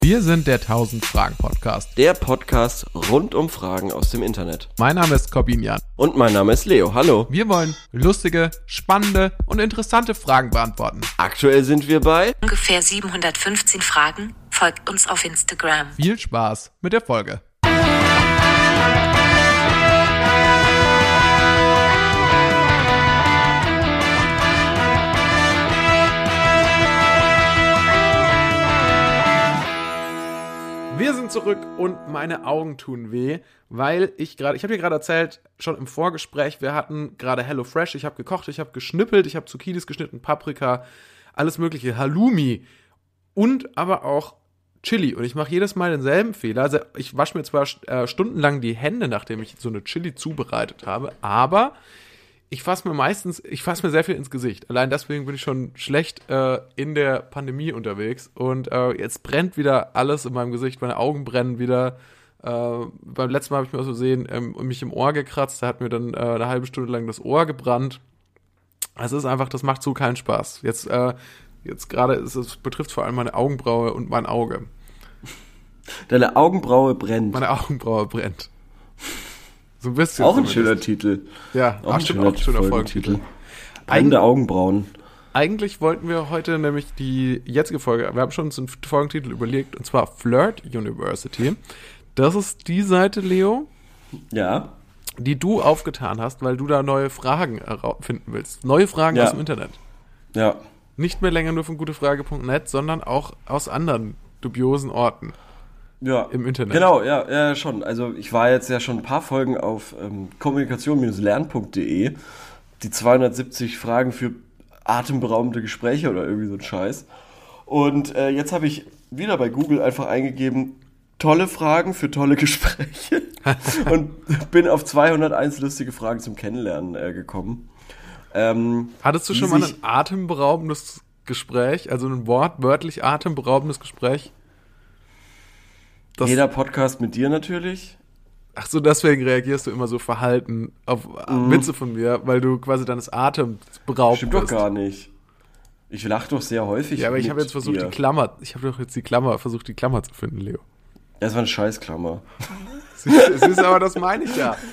Wir sind der 1000-Fragen-Podcast. Der Podcast rund um Fragen aus dem Internet. Mein Name ist Corbinian. Und mein Name ist Leo. Hallo. Wir wollen lustige, spannende und interessante Fragen beantworten. Aktuell sind wir bei ungefähr 715 Fragen. Folgt uns auf Instagram. Viel Spaß mit der Folge. Wir sind zurück und meine Augen tun weh, weil ich habe dir gerade erzählt, schon im Vorgespräch, wir hatten gerade HelloFresh, ich habe gekocht, ich habe geschnippelt, ich habe Zucchinis geschnitten, Paprika, alles mögliche, Halloumi und aber auch Chili. Und ich mache jedes Mal denselben Fehler. Also ich wasche mir zwar stundenlang die Hände, nachdem ich so eine Chili zubereitet habe, aber ich fasse mir sehr viel ins Gesicht. Allein deswegen bin ich schon schlecht in der Pandemie unterwegs. Und jetzt brennt wieder alles in meinem Gesicht. Meine Augen brennen wieder. Beim letzten Mal habe ich mir aus Versehen mich im Ohr gekratzt. Da hat mir dann eine halbe Stunde lang das Ohr gebrannt. Es ist einfach, das macht so keinen Spaß. Jetzt gerade, es betrifft vor allem meine Augenbraue und mein Auge. Deine Augenbraue brennt. Meine Augenbraue brennt. So ein bisschen. Auch ein schöner Titel. Ja, auch ein schöner Folgentitel. Brennende Augenbrauen. Eigentlich wollten wir heute nämlich die jetzige Folge, wir haben schon uns einen Folgentitel überlegt, und zwar Flirt University. Das ist die Seite, Leo, ja, die du aufgetan hast, weil du da neue Fragen finden willst. Neue Fragen aus dem Internet. Ja. Nicht mehr länger nur von gutefrage.net, sondern auch aus anderen dubiosen Orten. Ja, im Internet. Genau, ja, schon. Also ich war jetzt ja schon ein paar Folgen auf kommunikation-lernen.de, die 270 Fragen für atemberaubende Gespräche oder irgendwie so ein Scheiß. Und jetzt habe ich wieder bei Google einfach eingegeben, tolle Fragen für tolle Gespräche und bin auf 201 lustige Fragen zum Kennenlernen gekommen. Hattest du schon mal ein atemberaubendes Gespräch, also ein wortwörtlich atemberaubendes Gespräch? Jeder Podcast mit dir natürlich. Ach so, deswegen reagierst du immer so verhalten auf Witze von mir, weil du quasi deines Atems beraubt Stimmt bist. Doch gar nicht. Ich lache doch sehr häufig. Ja, aber ich habe jetzt versucht, die Klammer zu finden, Leo. Das war eine Scheißklammer. Siehst du, aber das meine ich ja.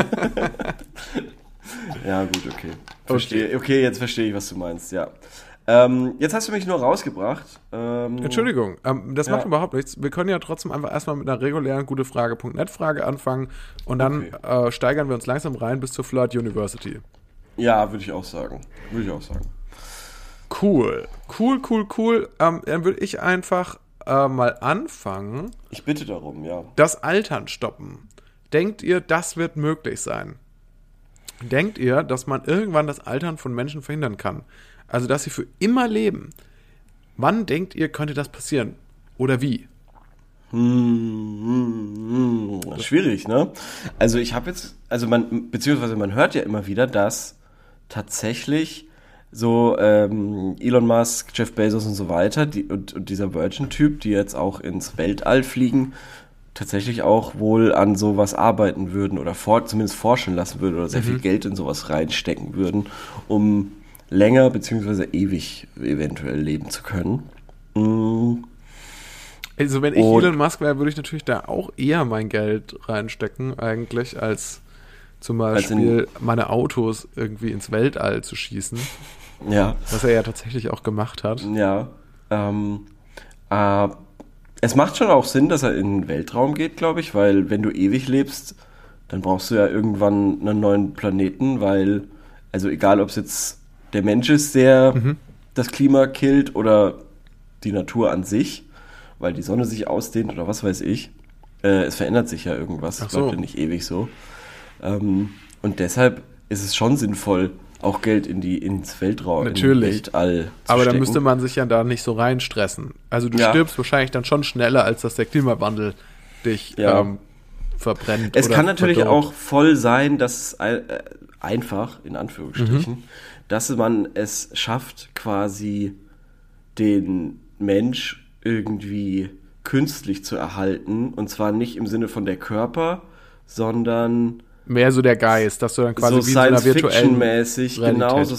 Ja, gut, okay. Okay, jetzt verstehe ich, was du meinst, ja. Jetzt hast du mich nur rausgebracht. Entschuldigung, das macht überhaupt nichts. Wir können ja trotzdem einfach erstmal mit einer regulären gutefrage.net-Frage anfangen und dann steigern wir uns langsam rein bis zur Flirt University. Ja, würde ich auch sagen. Cool. Dann würde ich einfach mal anfangen. Ich bitte darum, ja. Das Altern stoppen. Denkt ihr, das wird möglich sein? Denkt ihr, dass man irgendwann das Altern von Menschen verhindern kann? Also, dass sie für immer leben. Wann denkt ihr, könnte das passieren? Oder wie? Schwierig, ne? Also man hört ja immer wieder, dass tatsächlich so Elon Musk, Jeff Bezos und so weiter und dieser Virgin-Typ, die jetzt auch ins Weltall fliegen, tatsächlich auch wohl an sowas arbeiten würden oder zumindest forschen lassen würden oder sehr viel Geld in sowas reinstecken würden, um länger bzw. ewig eventuell leben zu können. Also wenn ich Elon Musk wäre, würde ich natürlich da auch eher mein Geld reinstecken eigentlich, als zum Beispiel meine Autos irgendwie ins Weltall zu schießen. Ja. Was er ja tatsächlich auch gemacht hat. Ja. Es macht schon auch Sinn, dass er in den Weltraum geht, glaube ich, weil wenn du ewig lebst, dann brauchst du ja irgendwann einen neuen Planeten, weil, also egal ob es jetzt der Mensch ist, der das Klima killt oder die Natur an sich, weil die Sonne sich ausdehnt oder was weiß ich. Es verändert sich ja irgendwas. Es bleibt ja nicht ewig so. Und deshalb ist es schon sinnvoll, auch Geld ins Weltraum, natürlich. Ins Weltall zu aber stecken. Da müsste man sich ja da nicht so reinstressen. Also du stirbst wahrscheinlich dann schon schneller, als dass der Klimawandel dich verbrennt. Es kann natürlich auch voll sein, dass einfach, in Anführungsstrichen, dass man es schafft, quasi den Mensch irgendwie künstlich zu erhalten. Und zwar nicht im Sinne von der Körper, sondern mehr so der Geist, dass du dann quasi so wie in so einer virtuellen Science-Fiction-mäßig, genau, so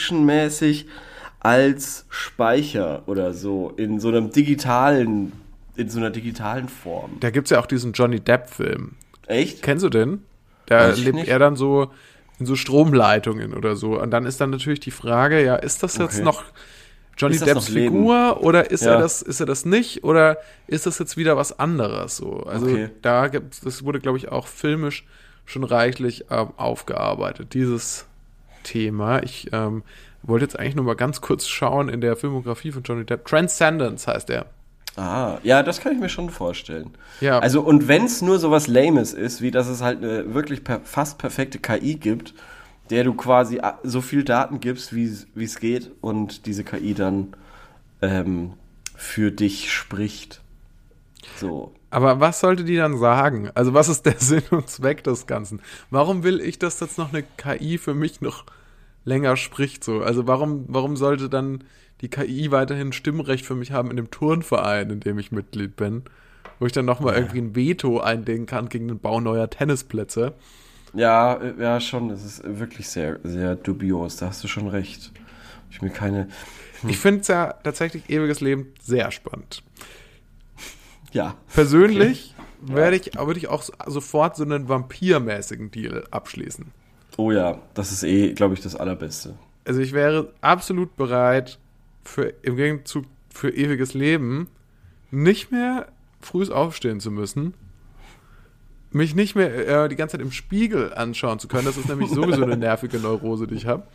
Science-Fiction-mäßig als Speicher oder so in so einem digitalen in so einer digitalen Form. Da gibt es ja auch diesen Johnny Depp-Film. Echt? Kennst du den? Da Weiß ich lebt nicht. er dann so in so Stromleitungen oder so. Und dann ist dann natürlich die Frage, ja, ist das jetzt Okay. noch Johnny Ist das Depps noch Leben? Figur oder ist Ja. er das nicht oder ist das jetzt wieder was anderes so? Also Okay. das wurde, glaube ich, auch filmisch schon reichlich aufgearbeitet, dieses Thema. Ich wollte jetzt eigentlich nur mal ganz kurz schauen in der Filmografie von Johnny Depp. Transcendence heißt er. Ah, ja, das kann ich mir schon vorstellen. Ja. Also, und wenn es nur sowas Lames ist, wie dass es halt eine wirklich fast perfekte KI gibt, der du quasi so viel Daten gibst, wie es geht, und diese KI dann für dich spricht. So. Aber was sollte die dann sagen? Also was ist der Sinn und Zweck des Ganzen? Warum will ich, dass jetzt noch eine KI für mich noch länger spricht so? Also warum sollte dann die KI weiterhin Stimmrecht für mich haben in dem Turnverein, in dem ich Mitglied bin? Wo ich dann nochmal irgendwie ein Veto einlegen kann gegen den Bau neuer Tennisplätze. Ja, schon. Das ist wirklich sehr, sehr dubios. Da hast du schon recht. Ich mir keine. Ich finde es ja tatsächlich ewiges Leben sehr spannend. Ja. Persönlich Okay. würde ich auch sofort so einen vampirmäßigen Deal abschließen. Oh ja, das ist glaube ich, das Allerbeste. Also ich wäre absolut bereit, im Gegenzug für ewiges Leben nicht mehr früh aufstehen zu müssen, mich nicht mehr die ganze Zeit im Spiegel anschauen zu können. Das ist nämlich sowieso eine nervige Neurose, die ich habe.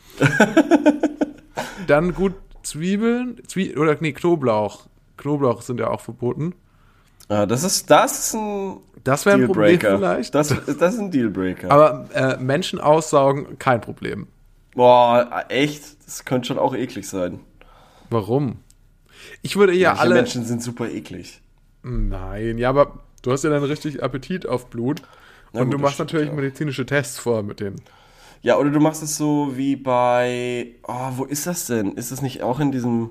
Dann gut Knoblauch. Knoblauch sind ja auch verboten. Das ist ein Das wäre ein Problem Dealbreaker. vielleicht. Das ist ein Dealbreaker. Aber Menschen aussaugen, kein Problem. Boah, echt? Das könnte schon auch eklig sein. Warum? Ich würde ja Manche alle... Menschen sind super eklig. Nein, ja, aber du hast ja dann richtig Appetit auf Blut. Na Und gut, du das machst stimmt, natürlich ja. medizinische Tests vor mit denen. Ja, oder du machst es so wie bei... Oh, wo ist das denn? Ist das nicht auch in diesem...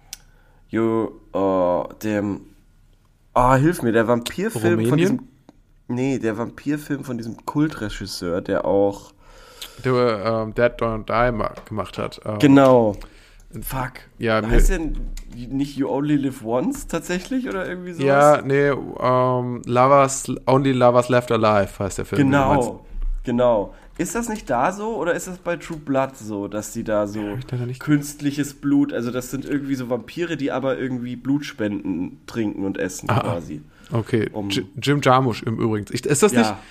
hilf mir, der Vampirfilm Rumänien? von diesem... Nee, der Vampirfilm von diesem Kultregisseur, der auch... Der Dead Don't Die gemacht hat. Genau. Fuck. Ja, heißt der nicht You Only Live Once tatsächlich oder irgendwie sowas? Ja, nee, Only Lovers Left Alive heißt der Film. Genau. Ist das nicht da so oder ist das bei True Blood so, dass die da so ich leider nicht. künstliches Blut, also das sind irgendwie so Vampire, die aber irgendwie Blutspenden trinken und essen quasi. Okay, Um- Jim Jarmusch im Übrigen. Ist das nicht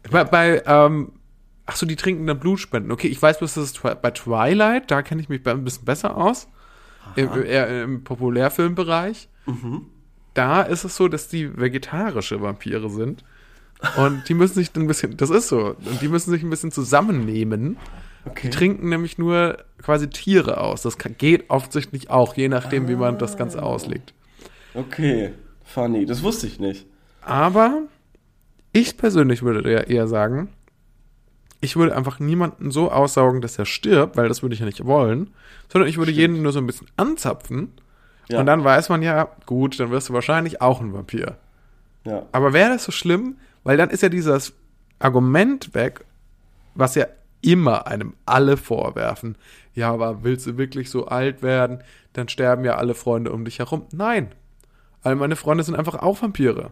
achso, die trinken dann Blutspenden. Okay, ich weiß bloß, das ist bei Twilight, da kenne ich mich ein bisschen besser aus. Eher im Populärfilmbereich. Da ist es so, dass die vegetarische Vampire sind. Und die müssen sich dann ein bisschen, das ist so, und die müssen sich ein bisschen zusammennehmen. Okay. Die trinken nämlich nur quasi Tiere aus. Das geht offensichtlich auch, je nachdem, wie man das Ganze auslegt. Okay, funny, das wusste ich nicht. Aber ich persönlich würde ja eher sagen, ich würde einfach niemanden so aussaugen, dass er stirbt, weil das würde ich ja nicht wollen, sondern ich würde jeden nur so ein bisschen anzapfen Ja. und dann weiß man ja, gut, dann wirst du wahrscheinlich auch ein Vampir. Ja. Aber wäre das so schlimm? Weil dann ist ja dieses Argument weg, was ja immer einem alle vorwerfen. Ja, aber willst du wirklich so alt werden? Dann sterben ja alle Freunde um dich herum. Nein. All meine Freunde sind einfach auch Vampire.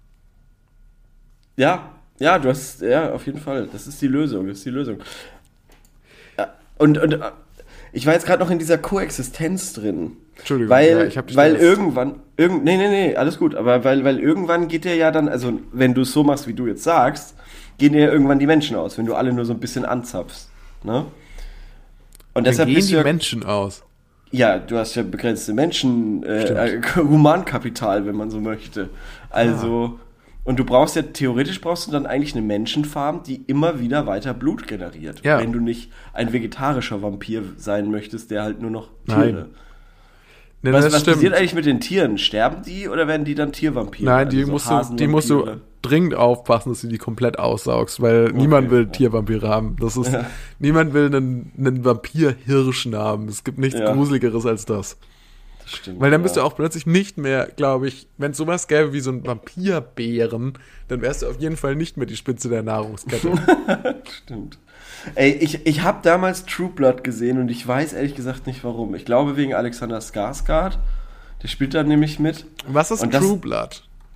Ja, du hast, auf jeden Fall. Das ist die Lösung. Ja, und ich war jetzt gerade noch in dieser Koexistenz drin. Entschuldigung, Weil, ja, ich hab dich weil da jetzt- irgendwann, nee, alles gut, aber weil irgendwann geht dir ja dann, also wenn du es so machst, wie du jetzt sagst, gehen dir ja irgendwann die Menschen aus, wenn du alle nur so ein bisschen anzapfst, ne? Und Dann deshalb gehen bist die du ja, Menschen aus. ja, du hast ja begrenzte Stimmt. Humankapital, wenn man so möchte. Also, und theoretisch brauchst du dann eigentlich eine Menschenfarm, die immer wieder weiter Blut generiert. Ja. Wenn du nicht ein vegetarischer Vampir sein möchtest, der halt nur noch Nein. Tiere. Nee, Was das passiert stimmt. eigentlich mit den Tieren? Sterben die oder werden die dann Tiervampire? Nein, Also die so musst du Hasenvampire? dringend aufpassen, dass du die komplett aussaugst, weil niemand will ja. Tiervampire haben. Niemand will einen Vampir-Hirschen haben. Es gibt nichts Ja. Gruseligeres als das. Das stimmt, Weil dann bist ja. du auch plötzlich nicht mehr, glaube ich, wenn es sowas gäbe wie so ein Vampirbären, dann wärst du auf jeden Fall nicht mehr die Spitze der Nahrungskette. Stimmt. Ey, ich habe damals True Blood gesehen und ich weiß ehrlich gesagt nicht warum. Ich glaube wegen Alexander Skarsgård. Der spielt da nämlich mit. Was ist Und das- True Blood?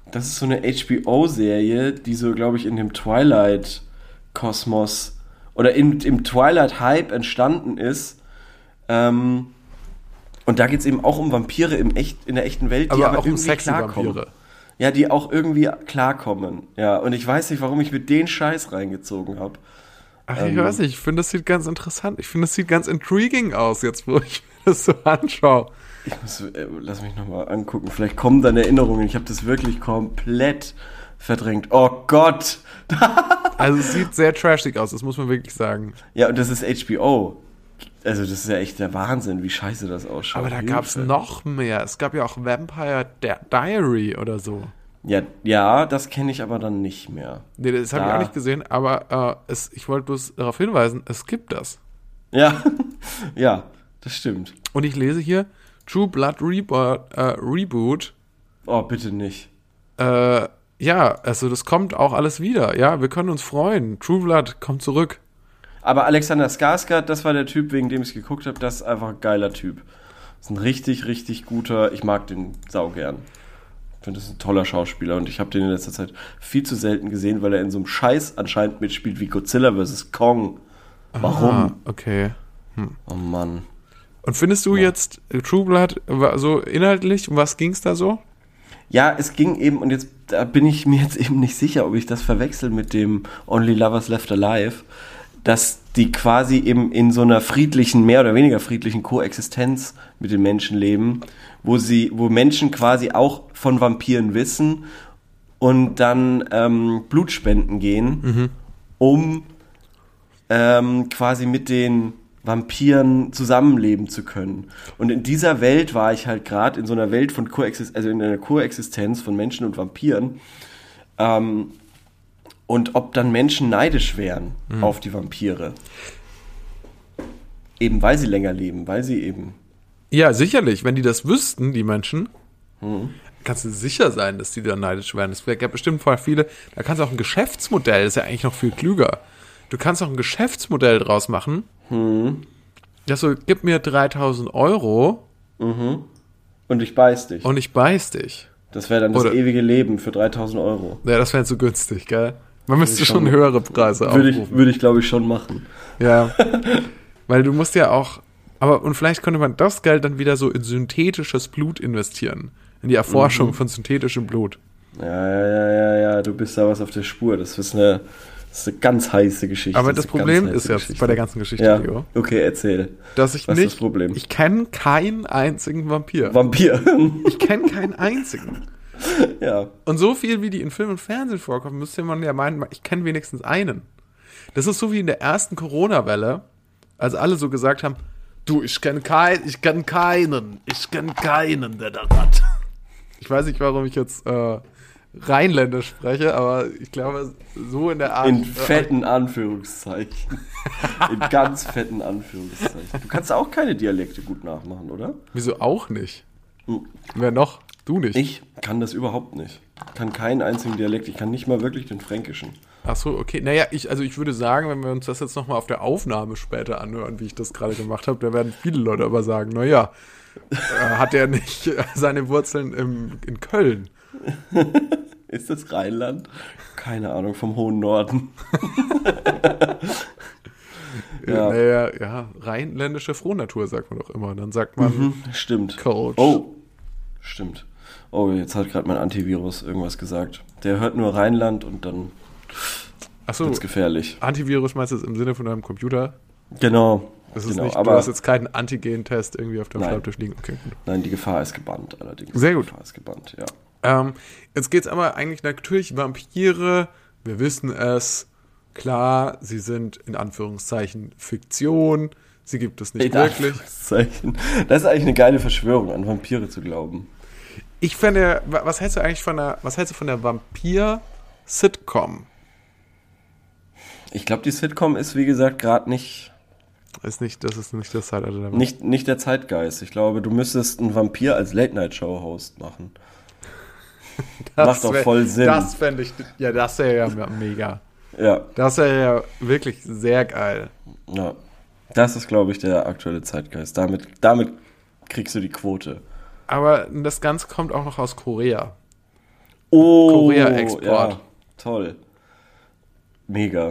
Das ist so eine HBO-Serie, die so, glaube ich, in dem Twilight-Kosmos oder im Twilight-Hype entstanden ist. Und da geht es eben auch um Vampire in der echten Welt, die aber auch um irgendwie sexy klarkommen. Vampire. Ja, die auch irgendwie klarkommen. Ja, und ich weiß nicht, warum ich mir den Scheiß reingezogen habe. Ach, ich weiß nicht, ich finde, das sieht ganz interessant. Ich finde, das sieht ganz intriguing aus, jetzt wo ich mir das so anschaue. Lass mich nochmal angucken. Vielleicht kommen dann Erinnerungen. Ich habe das wirklich komplett verdrängt. Oh Gott! Also es sieht sehr trashig aus, das muss man wirklich sagen. Ja, und das ist HBO. Also das ist ja echt der Wahnsinn, wie scheiße das ausschaut. Aber da gab es noch mehr. Es gab ja auch Vampire Diary oder so. Ja, das kenne ich aber dann nicht mehr. Nee, das habe ich auch nicht gesehen, aber ich wollte bloß darauf hinweisen, es gibt das. Ja, ja, das stimmt. Und ich lese hier, True Blood Reboot. Oh, bitte nicht. Ja, also das kommt auch alles wieder. Ja, wir können uns freuen. True Blood kommt zurück. Aber Alexander Skarsgård, das war der Typ, wegen dem ich geguckt habe, das ist einfach ein geiler Typ. Das ist ein richtig, richtig guter, ich mag den saugern. Ich finde, das ist ein toller Schauspieler und ich habe den in letzter Zeit viel zu selten gesehen, weil er in so einem Scheiß anscheinend mitspielt wie Godzilla vs. Kong. Warum? Ah, okay. Oh Mann. Und findest du jetzt True Blood so inhaltlich, um was ging es da so? Ja, es ging eben, und jetzt da bin ich mir jetzt eben nicht sicher, ob ich das verwechsel mit dem Only Lovers Left Alive, dass die quasi eben in so einer friedlichen, mehr oder weniger friedlichen Koexistenz mit den Menschen leben, wo Menschen quasi auch von Vampiren wissen und dann Blutspenden gehen, um quasi mit den Vampiren zusammenleben zu können. Und in dieser Welt war ich halt gerade in so einer Welt von in einer Koexistenz von Menschen und Vampiren. Und ob dann Menschen neidisch wären auf die Vampire. Eben weil sie länger leben, weil sie eben... Ja, sicherlich. Wenn die das wüssten, die Menschen, kannst du sicher sein, dass die da neidisch wären. Es gäbe bestimmt voll viele. Da kannst du auch ein Geschäftsmodell, das ist ja eigentlich noch viel klüger. Du kannst auch ein Geschäftsmodell draus machen. Das so, gib mir 3.000 Euro. Und ich beiß dich. Und ich beiß dich. Das wäre dann das ewige Leben für 3.000 Euro. Ja, das wäre jetzt so günstig, gell? Man müsste schon höhere Preise aufrufen. Würde ich, glaube ich, schon machen. Ja. Weil du musst ja auch, und vielleicht könnte man das Geld dann wieder so in synthetisches Blut investieren. In die Erforschung von synthetischem Blut. Ja, du bist da was auf der Spur. Das ist eine ganz heiße Geschichte. Aber das Problem ist jetzt bei der ganzen Geschichte, Leo. Okay, erzähl. Dass ich was ist das Problem? Ich kenne keinen einzigen Vampir. Ich kenne keinen einzigen. Ja. Und so viel, wie die in Film und Fernsehen vorkommen, müsste man ja meinen, ich kenne wenigstens einen. Das ist so wie in der ersten Corona-Welle, als alle so gesagt haben, du, ich kenne keinen, der das hat. Ich weiß nicht, warum ich jetzt Rheinländisch spreche, aber ich glaube, so in der Art... In fetten Anführungszeichen. In ganz fetten Anführungszeichen. Du kannst auch keine Dialekte gut nachmachen, oder? Wieso auch nicht? Wer noch? Du nicht? Ich kann das überhaupt nicht. Ich kann keinen einzigen Dialekt. Ich kann nicht mal wirklich den Fränkischen. Ach so, okay. Naja, ich würde sagen, wenn wir uns das jetzt nochmal auf der Aufnahme später anhören, wie ich das gerade gemacht habe, da werden viele Leute aber sagen, naja, hat er nicht seine Wurzeln in Köln? Ist das Rheinland? Keine Ahnung, vom hohen Norden. Ja. Naja, rheinländische Frohnatur sagt man doch immer. Dann sagt man stimmt. Coach. Oh, stimmt. Oh, jetzt hat gerade mein Antivirus irgendwas gesagt. Der hört nur Rheinland und dann wird's gefährlich. Antivirus meinst du im Sinne von deinem Computer? Genau. Das ist nicht, aber du hast jetzt keinen Antigen-Test irgendwie auf dem Schreibtisch liegen. Okay. Nein, die Gefahr ist gebannt allerdings. Sehr gut. Die Gefahr ist gebannt, ja. Jetzt geht es aber eigentlich natürlich Vampire. Wir wissen es. Klar, sie sind in Anführungszeichen Fiktion. Sie gibt es nicht wirklich. Das ist eigentlich eine geile Verschwörung, an Vampire zu glauben. Ich finde, was hältst du eigentlich von der Vampir-Sitcom? Ich glaube, die Sitcom ist, wie gesagt, gerade nicht... Das ist nicht das Zeitalter. Nicht der Zeitgeist. Ich glaube, du müsstest einen Vampir als Late-Night-Show-Host machen. Macht doch voll Sinn. Das fände ich, ja, das wäre ja mega. Ja. Das wäre ja wirklich sehr geil. Ja. Das ist, glaube ich, der aktuelle Zeitgeist. Damit kriegst du die Quote. Aber das Ganze kommt auch noch aus Korea. Korea-Export. Ja, toll. Mega.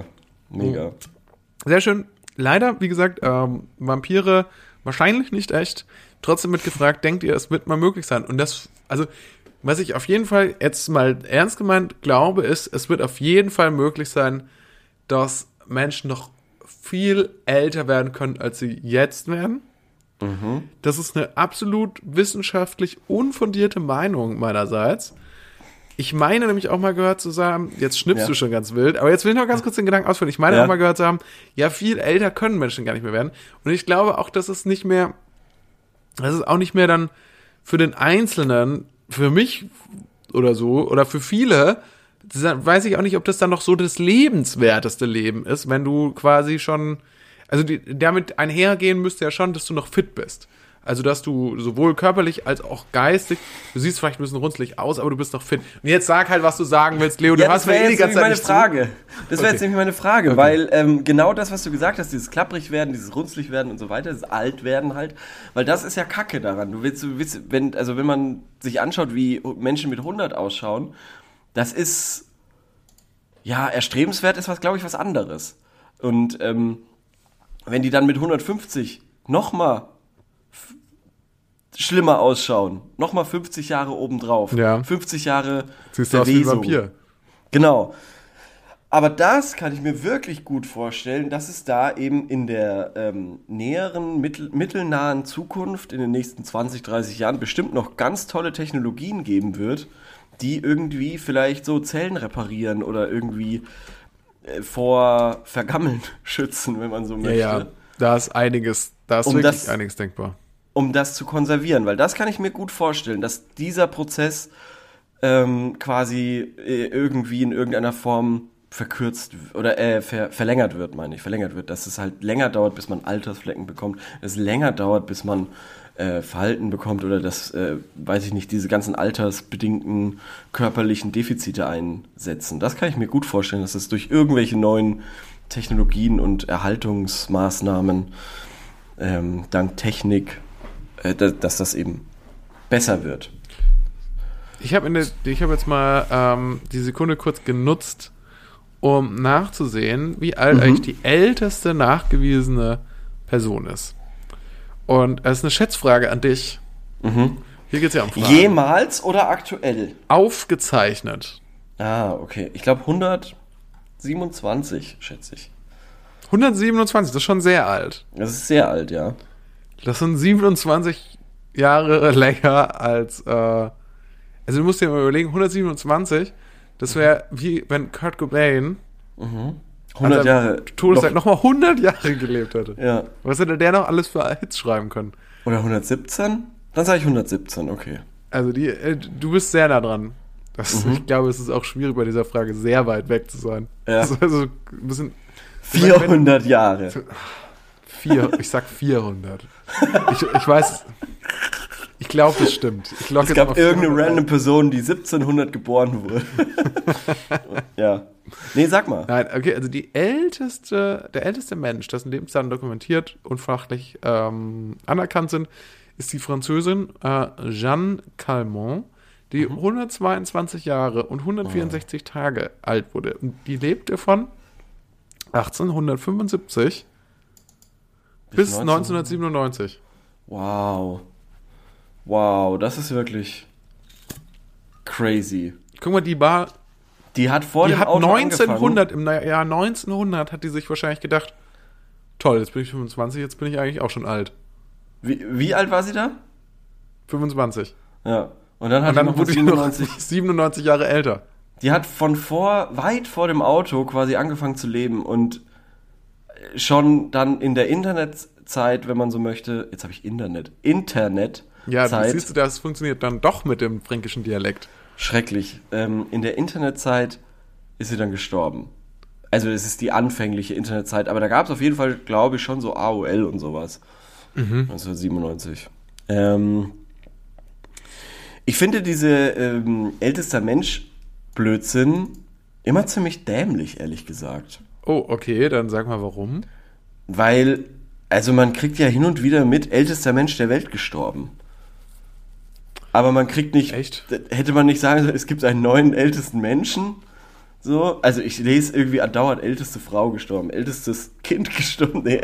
Sehr schön. Leider, wie gesagt, Vampire wahrscheinlich nicht echt. Trotzdem wird gefragt, denkt ihr, es wird mal möglich sein? Und das, also, was ich auf jeden Fall jetzt mal ernst gemeint glaube, ist, es wird auf jeden Fall möglich sein, dass Menschen noch viel älter werden können, als sie jetzt werden. Das ist eine absolut wissenschaftlich unfundierte Meinung meinerseits. Ich meine nämlich auch mal gehört zu haben, jetzt schnippst du schon ganz wild, aber jetzt will ich noch ganz kurz den Gedanken ausführen. Ich meine auch mal gehört zu haben, ja, viel älter können Menschen gar nicht mehr werden. Und ich glaube auch, dass es auch nicht mehr dann für den Einzelnen, für mich oder so, oder für viele, weiß ich auch nicht, ob das dann noch so das lebenswerteste Leben ist, wenn du quasi schon, also damit einhergehen müsste ja schon, dass du noch fit bist. Also, dass du sowohl körperlich als auch geistig, du siehst vielleicht ein bisschen runzlig aus, aber du bist noch fit. Und jetzt sag halt, was du sagen willst, Leo. Du hast mir die ganze Zeit meine Frage. Das wäre jetzt nämlich meine Frage, weil genau das, was du gesagt hast, dieses klapprig werden, dieses runzlig werden und so weiter, das alt werden halt, weil das ist ja Kacke daran. Du willst, wenn man sich anschaut, wie Menschen mit 100 ausschauen, das ist, ja, erstrebenswert ist glaube ich, was anderes. Und wenn die dann mit 150 nochmal schlimmer ausschauen. Nochmal 50 Jahre obendrauf. Ja. 50 Jahre siehst du aus wie ein Vampir. Genau. Aber das kann ich mir wirklich gut vorstellen, dass es da eben in der näheren, mittelnahen Zukunft, in den nächsten 20, 30 Jahren, bestimmt noch ganz tolle Technologien geben wird, die irgendwie vielleicht so Zellen reparieren oder irgendwie vor Vergammeln schützen, wenn man so möchte. Ja, da ist wirklich einiges denkbar. Um das zu konservieren, weil das kann ich mir gut vorstellen, dass dieser Prozess quasi irgendwie in irgendeiner Form verkürzt oder verlängert wird, dass es halt länger dauert, bis man Altersflecken bekommt, es länger dauert, bis man Verhalten bekommt oder das, weiß ich nicht, diese ganzen altersbedingten körperlichen Defizite einsetzen. Das kann ich mir gut vorstellen, dass es durch irgendwelche neuen Technologien und Erhaltungsmaßnahmen dank Technik dass das eben besser wird. Ich habe jetzt mal die Sekunde kurz genutzt, um nachzusehen, wie alt eigentlich die älteste nachgewiesene Person ist. Und es ist eine Schätzfrage an dich. Hier geht es ja um Fragen. Jemals oder aktuell? Aufgezeichnet. Ah, okay. Ich glaube 127, schätze ich. 127, das ist schon sehr alt. Das ist sehr alt, ja. Das sind 27 Jahre länger als, also du musst dir mal überlegen, 127, das wäre wie wenn Kurt Cobain 100 Jahre Todeszeit nochmal 100 Jahre gelebt hätte. Ja. Was hätte der noch alles für Hits schreiben können? Oder 117? Dann sage ich 117, okay. Also du bist sehr nah dran. Ich glaube, es ist auch schwierig bei dieser Frage sehr weit weg zu sein. Ja. Also ein bisschen 400 Jahre. Ich sag 400. Ich weiß, ich glaube, das stimmt. Es gab irgendeine random Person, die 1700 geboren wurde. Ja. Nee, sag mal. Nein, okay, also der älteste Mensch, dessen Lebensdaten dokumentiert und fachlich anerkannt sind, ist die Französin Jeanne Calment, die 122 Jahre und 164 Tage alt wurde. Und die lebte von 1875 bis 1997. Wow, das ist wirklich crazy. Guck mal, die hat Auto 1900, im Jahr 1900 hat die sich wahrscheinlich gedacht, toll, jetzt bin ich 25, jetzt bin ich eigentlich auch schon alt. Wie alt war sie da? 25. Ja. Und dann wurde sie noch 97 Jahre älter. Die hat weit vor dem Auto quasi angefangen zu leben und schon dann in der Internetzeit, wenn man so möchte, jetzt habe ich Internet. Ja, siehst du, das funktioniert dann doch mit dem fränkischen Dialekt. Schrecklich. In der Internetzeit ist sie dann gestorben. Also es ist die anfängliche Internetzeit, aber da gab es auf jeden Fall, glaube ich, schon so AOL und sowas. 1997. Ich finde diese ältester Mensch Blödsinn immer ziemlich dämlich, ehrlich gesagt. Oh, okay, dann sag mal warum. Weil, also man kriegt ja hin und wieder mit, ältester Mensch der Welt gestorben. aber man kriegt nicht, Echt? hätte man nicht sagen sollen, es gibt einen neuen ältesten Menschen, so, also ich lese irgendwie andauernd älteste Frau gestorben, ältestes Kind gestorben, nee,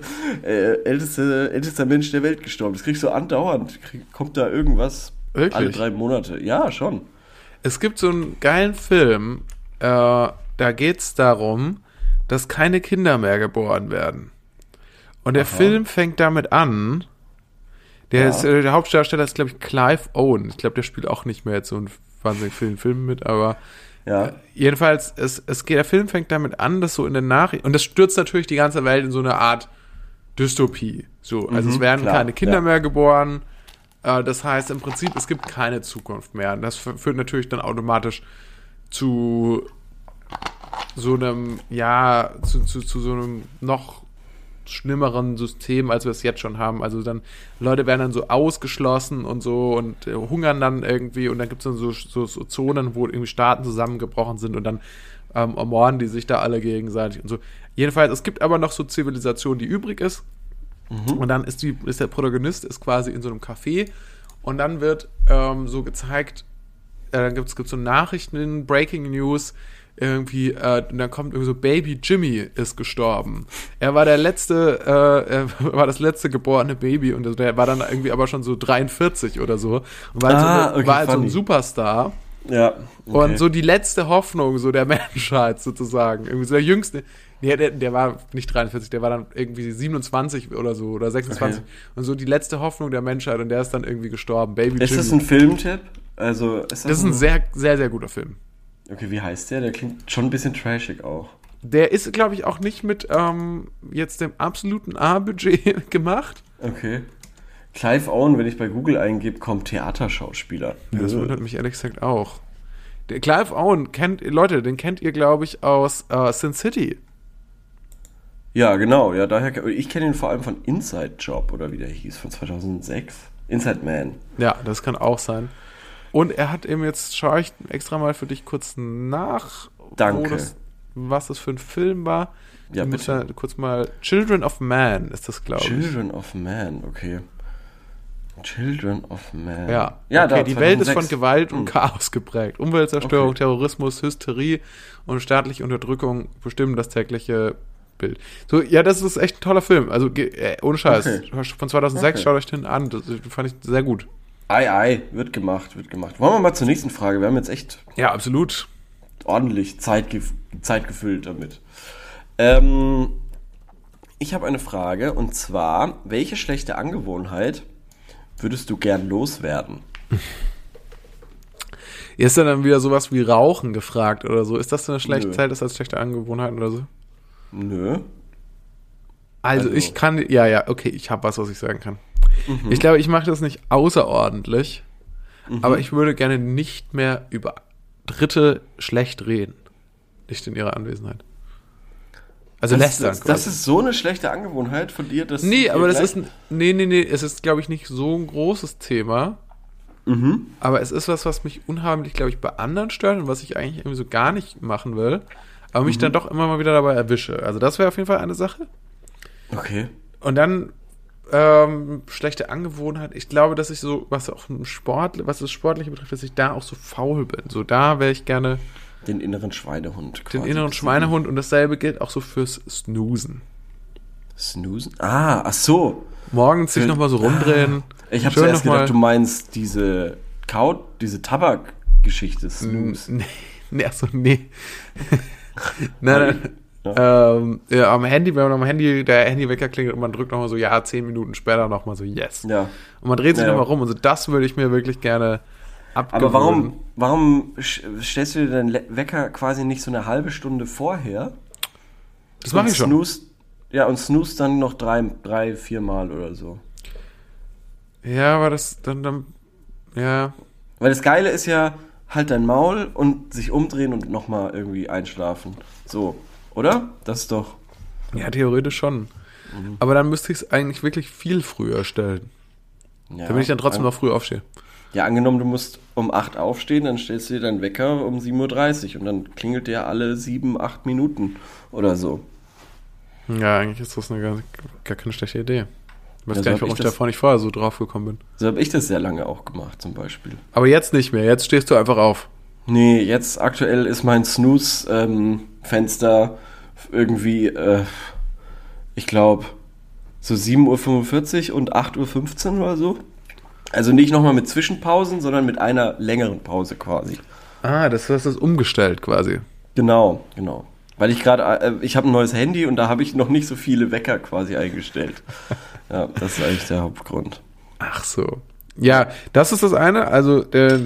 ältester Mensch der Welt gestorben, das kriegst du andauernd, kommt da irgendwas Wirklich? alle 3 Monate, ja, schon. Es gibt so einen geilen Film, da geht's darum, dass keine Kinder mehr geboren werden. Und der Film fängt damit an, der Hauptdarsteller ist, glaube ich, Clive Owen. Ich glaube, der spielt auch nicht mehr jetzt so einen wahnsinnig vielen Filmen mit, aber Ja. jedenfalls, der Film fängt damit an, dass so in der Nachricht, und das stürzt natürlich die ganze Welt in so eine Art Dystopie. So, also es werden klar, keine Kinder ja. mehr geboren. Das heißt im Prinzip, es gibt keine Zukunft mehr. Und das führt natürlich dann automatisch zu so einem, zu so einem noch schlimmeren System, als wir es jetzt schon haben. Also dann, Leute werden dann so ausgeschlossen und so und hungern dann irgendwie und dann gibt es dann so Zonen, wo irgendwie Staaten zusammengebrochen sind und dann ermorden die sich da alle gegenseitig und so. Jedenfalls, es gibt aber noch so Zivilisation, die übrig ist. Und dann ist der Protagonist ist quasi in so einem Café und dann wird so gezeigt, dann gibt's so Nachrichten, Breaking News, irgendwie, und dann kommt irgendwie so, Baby Jimmy ist gestorben. Er war das letzte geborene Baby und der war dann irgendwie aber schon so 43 oder so und war halt so ein Superstar. Ja. Okay. Und so die letzte Hoffnung so der Menschheit sozusagen. Irgendwie so der jüngste. Der war nicht 43, der war dann irgendwie 27 oder so oder 26. Okay. Und so die letzte Hoffnung der Menschheit und der ist dann irgendwie gestorben. Baby Jimmy. Ist das ein Filmtipp? Also, das ist ein sehr, sehr, sehr guter Film. Okay, wie heißt der? Der klingt schon ein bisschen trashig auch. Der ist, glaube ich, auch nicht mit jetzt dem absoluten A-Budget gemacht. Okay. Clive Owen, wenn ich bei Google eingebe, kommt Theaterschauspieler. Ja, das wundert mich ehrlich gesagt auch. Der Clive Owen, den kennt ihr, glaube ich, aus Sin City. Ja, genau. Ja, ich kenne ihn vor allem von Inside Job, oder wie der hieß, von 2006. Inside Man. Ja, das kann auch sein. Und er hat eben jetzt, schaue ich extra mal für dich kurz nach, Danke. Was das für ein Film war. Ja, ich bitte. muss kurz mal, Children of Man ist das, glaube ich. Children of Man, okay. Children of Man. Ja, ja okay, da, die Welt ist 2006. von Gewalt und Chaos geprägt. Umweltzerstörung, Okay. Terrorismus, Hysterie und staatliche Unterdrückung bestimmen das tägliche Bild. So, ja, das ist echt ein toller Film. Also, ohne Scheiß. Okay. Von 2006, Okay. Schaut euch den an. Das fand ich sehr gut. Ei, wird gemacht. Wollen wir mal zur nächsten Frage? Wir haben jetzt echt Ja, absolut. ordentlich Zeit gefüllt damit. Ich habe eine Frage, und zwar, welche schlechte Angewohnheit würdest du gern loswerden? Hier ist dann wieder sowas wie Rauchen gefragt oder so. Ist das so eine schlechte Nö. Zeit, das als schlechte Angewohnheit oder so? Nö. Also ich kann, okay, ich habe was ich sagen kann. Ich glaube, ich mache das nicht außerordentlich, aber ich würde gerne nicht mehr über Dritte schlecht reden. Nicht in ihrer Anwesenheit. Also lästern quasi. Das ist so eine schlechte Angewohnheit von dir, dass... Nee, dir aber das gleich- ist, es ist, glaube ich, nicht so ein großes Thema. Aber es ist was mich unheimlich, glaube ich, bei anderen stört und was ich eigentlich irgendwie so gar nicht machen will, aber mich dann doch immer mal wieder dabei erwische. Also das wäre auf jeden Fall eine Sache. Okay. Und dann schlechte Angewohnheit. Ich glaube, dass ich so, was das Sportliche betrifft, dass ich da auch so faul bin. So, da wäre ich gerne Den inneren Schweinehund. den quasi inneren besiegen. Schweinehund und dasselbe gilt auch so fürs Snoosen. Snoozen? Ach so. Morgens sich nochmal so rumdrehen. Ich habe Schön zuerst noch mal- gedacht, du meinst diese Tabakgeschichte, Snooze. Nee, achso, nee. Nein. Ja, am Handy, wenn man am Handy, der Handywecker klingelt und man drückt nochmal so, 10 Minuten später nochmal so, yes. Ja. Und man dreht sich Ja. nochmal rum und so, das würde ich mir wirklich gerne abgewöhnen. Aber warum stellst du dir deinen Wecker quasi nicht so eine halbe Stunde vorher? Das mache ich schon. Und snooze dann noch 3-4 Mal oder so. Ja, aber das dann, ja. Weil das Geile ist ja, halt dein Maul und sich umdrehen und nochmal irgendwie einschlafen. So, oder? Das ist doch... Ja, theoretisch schon. Aber dann müsste ich es eigentlich wirklich viel früher stellen. Ja, Damit ich dann trotzdem noch früh aufstehe. Ja, angenommen, du musst um 8 aufstehen, dann stellst du dir deinen Wecker um 7:30 Uhr und dann klingelt der alle 7-8 Minuten oder so. Ja, eigentlich ist das gar keine schlechte Idee. Ich weiß Ja, gar nicht, warum ich davor nicht vorher so drauf gekommen bin. So habe ich das sehr lange auch gemacht, zum Beispiel. Aber jetzt nicht mehr. Jetzt stehst du einfach auf. Nee, jetzt aktuell ist mein Snooze-Fenster irgendwie, ich glaube, so 7:45 Uhr und 8:15 Uhr oder so. Also nicht nochmal mit Zwischenpausen, sondern mit einer längeren Pause quasi. Ah, das hast du umgestellt quasi. Genau. Weil ich habe ein neues Handy und da habe ich noch nicht so viele Wecker quasi eingestellt. Ja, das ist eigentlich der Hauptgrund. Ach so. Ja, das ist das eine. Also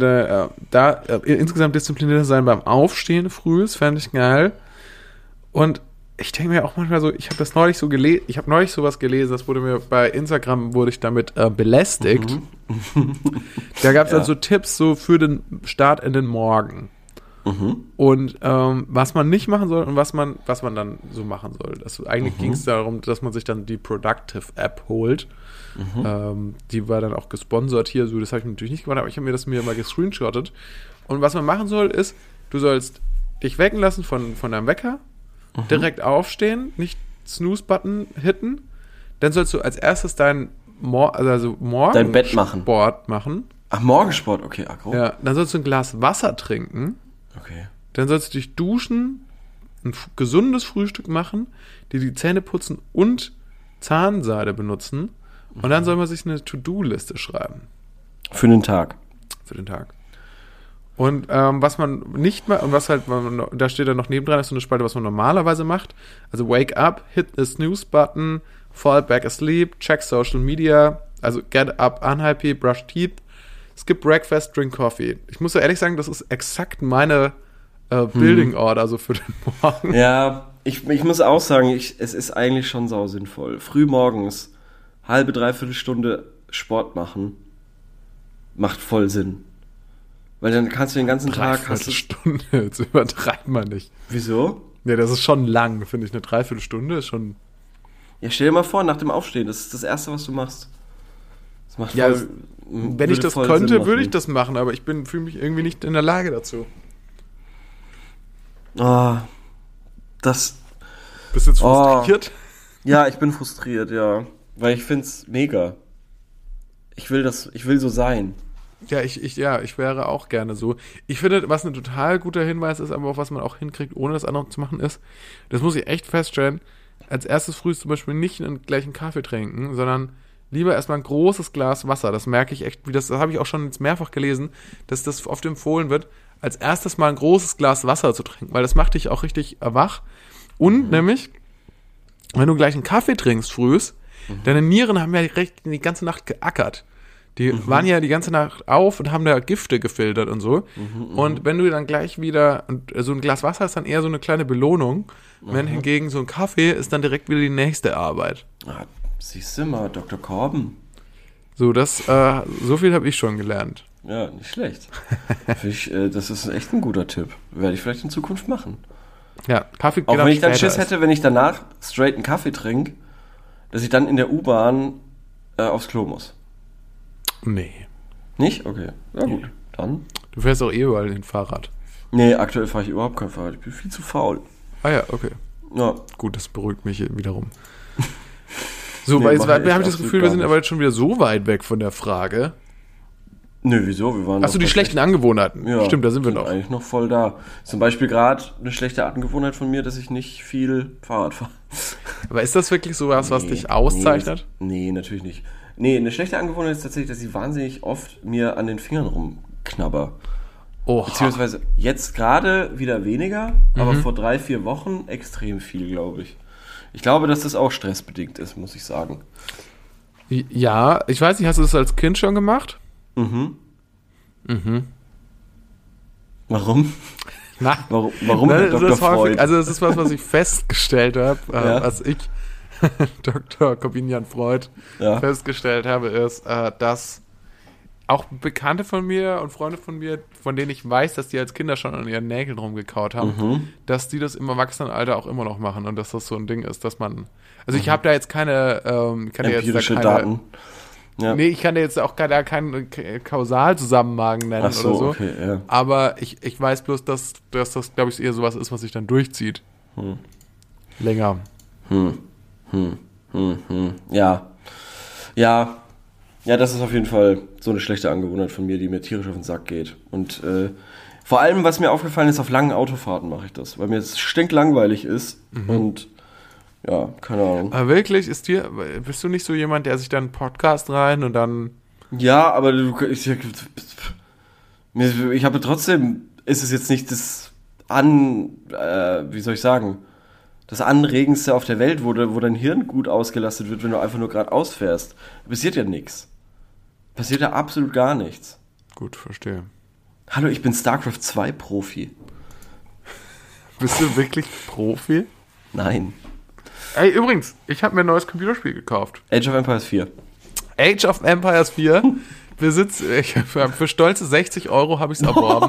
insgesamt diszipliniert sein beim Aufstehen früh, das fände ich geil. Und ich denke mir auch manchmal so, ich habe das neulich so gelesen, ich habe neulich sowas gelesen, das wurde mir bei Instagram, wurde ich damit belästigt. Da gab es also Tipps so für den Start in den Morgen. Und was man nicht machen soll und was man dann so machen soll. Eigentlich ging es darum, dass man sich dann die Productive App holt. Die war dann auch gesponsert hier, so das habe ich natürlich nicht gemacht, aber ich habe mir das mal gescreenshottet. Und was man machen soll, ist, du sollst dich wecken lassen von deinem Wecker, direkt aufstehen, nicht Snooze-Button hitten, dann sollst du als erstes dein Morgensport machen. Ach, Morgensport, okay, aggro. Ja, dann sollst du ein Glas Wasser trinken. Okay. Dann sollst du dich duschen, ein gesundes Frühstück machen, dir die Zähne putzen und Zahnseide benutzen. Und dann soll man sich eine To-Do-Liste schreiben. Für den Tag. Für den Tag. Und was man nicht macht, und was halt, da steht dann noch nebendran, ist so eine Spalte, was man normalerweise macht. Also wake up, hit the snooze button, fall back asleep, check social media, also get up unhappy, brush teeth, skip breakfast, drink coffee. Ich muss ja ehrlich sagen, das ist exakt meine Building Order, so für den Morgen. Ja, ich muss auch sagen, es ist eigentlich schon sau sinnvoll. Früh morgens, halbe, dreiviertel Stunde Sport machen, macht voll Sinn. Weil dann kannst du den ganzen Tag... Dreiviertelstunde, jetzt übertreibt man nicht. Wieso? Ja, das ist schon lang, finde ich. Eine Dreiviertelstunde ist schon... Ja, stell dir mal vor, nach dem Aufstehen, das ist das Erste, was du machst. Das macht ja, voll, wenn ich das könnte, würde ich das machen, aber ich fühle mich irgendwie nicht in der Lage dazu. Das... Bist du jetzt frustriert? Ja, ich bin frustriert, ja. Weil ich find's mega. Ich will so sein. Ja, ich wäre auch gerne so. Ich finde, was ein total guter Hinweis ist, aber auch was man auch hinkriegt, ohne das andere zu machen, ist, das muss ich echt feststellen, als erstes früh zum Beispiel nicht gleich einen Kaffee trinken, sondern lieber erstmal ein großes Glas Wasser. Das merke ich echt, das habe ich auch schon jetzt mehrfach gelesen, dass das oft empfohlen wird, als erstes mal ein großes Glas Wasser zu trinken, weil das macht dich auch richtig wach. Und nämlich, wenn du gleich einen Kaffee trinkst frühs, deine Nieren haben ja die ganze Nacht geackert. Die waren ja die ganze Nacht auf und haben da Gifte gefiltert und so. Und wenn du dann gleich wieder, so ein Glas Wasser ist dann eher so eine kleine Belohnung, wenn hingegen so ein Kaffee ist dann direkt wieder die nächste Arbeit. Siehst du mal, Dr. Korben. So, so viel habe ich schon gelernt. Ja, nicht schlecht. Das ist echt ein guter Tipp. Werde ich vielleicht in Zukunft machen. Ja, Kaffee geht auch wenn ich dann Schiss hätte, wenn ich danach straight einen Kaffee trinke, dass ich dann in der U-Bahn aufs Klo muss. Nee. Nicht? Okay. Ja gut, dann. Du fährst auch überall den Fahrrad. Nee, aktuell fahre ich überhaupt kein Fahrrad. Ich bin viel zu faul. Ah ja, okay. Ja. Gut, das beruhigt mich wiederum. So, weil habe ich das Gefühl, wir sind aber jetzt schon wieder so weit weg von der Frage. Nö, wieso? Wir waren Achso, die schlechten Angewohnheiten. Ja, stimmt, da sind wir noch. Eigentlich noch voll da. Zum Beispiel gerade eine schlechte Angewohnheit von mir, dass ich nicht viel Fahrrad fahre. Aber ist das wirklich sowas, was dich auszeichnet? Nee, natürlich nicht. Nee, eine schlechte Angewohnheit ist tatsächlich, dass ich wahnsinnig oft mir an den Fingern rumknabber. Oha. Beziehungsweise jetzt gerade wieder weniger, aber vor 3-4 Wochen extrem viel, glaube ich. Ich glaube, dass das auch stressbedingt ist, muss ich sagen. Ja, ich weiß nicht, hast du das als Kind schon gemacht? Warum? Na, warum Herr Dr. Freud? Also das ist was ich festgestellt habe, als ich Dr. Corbinian Freud festgestellt habe, ist, dass auch Bekannte von mir und Freunde von mir, von denen ich weiß, dass die als Kinder schon an ihren Nägeln rumgekaut haben, dass die das im Erwachsenenalter auch immer noch machen und dass das so ein Ding ist, dass man... Also ich habe da jetzt keine... empirische Daten. Ja. Nee, ich kann dir jetzt auch keinen Kausalzusammenhang nennen oder so. Okay, ja. Aber ich weiß bloß, dass das, glaube ich, eher sowas ist, was sich dann durchzieht. Länger. Ja. Ja, ja, das ist auf jeden Fall so eine schlechte Angewohnheit von mir, die mir tierisch auf den Sack geht. Und vor allem, was mir aufgefallen ist, auf langen Autofahrten mache ich das, weil mir es stinklangweilig ist und ja, keine Ahnung. Aber wirklich, bist du nicht so jemand, der sich dann einen Podcast rein und dann... Ja, aber ich habe trotzdem, ist es jetzt nicht wie soll ich sagen, das Anregendste auf der Welt, wo dein Hirn gut ausgelastet wird, wenn du einfach nur geradeaus fährst. Passiert ja nichts. Passiert ja absolut gar nichts. Gut, verstehe. Hallo, ich bin StarCraft 2 Profi. Bist du wirklich Profi? Nein. Ey, übrigens, ich habe mir ein neues Computerspiel gekauft. Age of Empires 4. Age of Empires 4. Für stolze 60 Euro habe ich es erworben.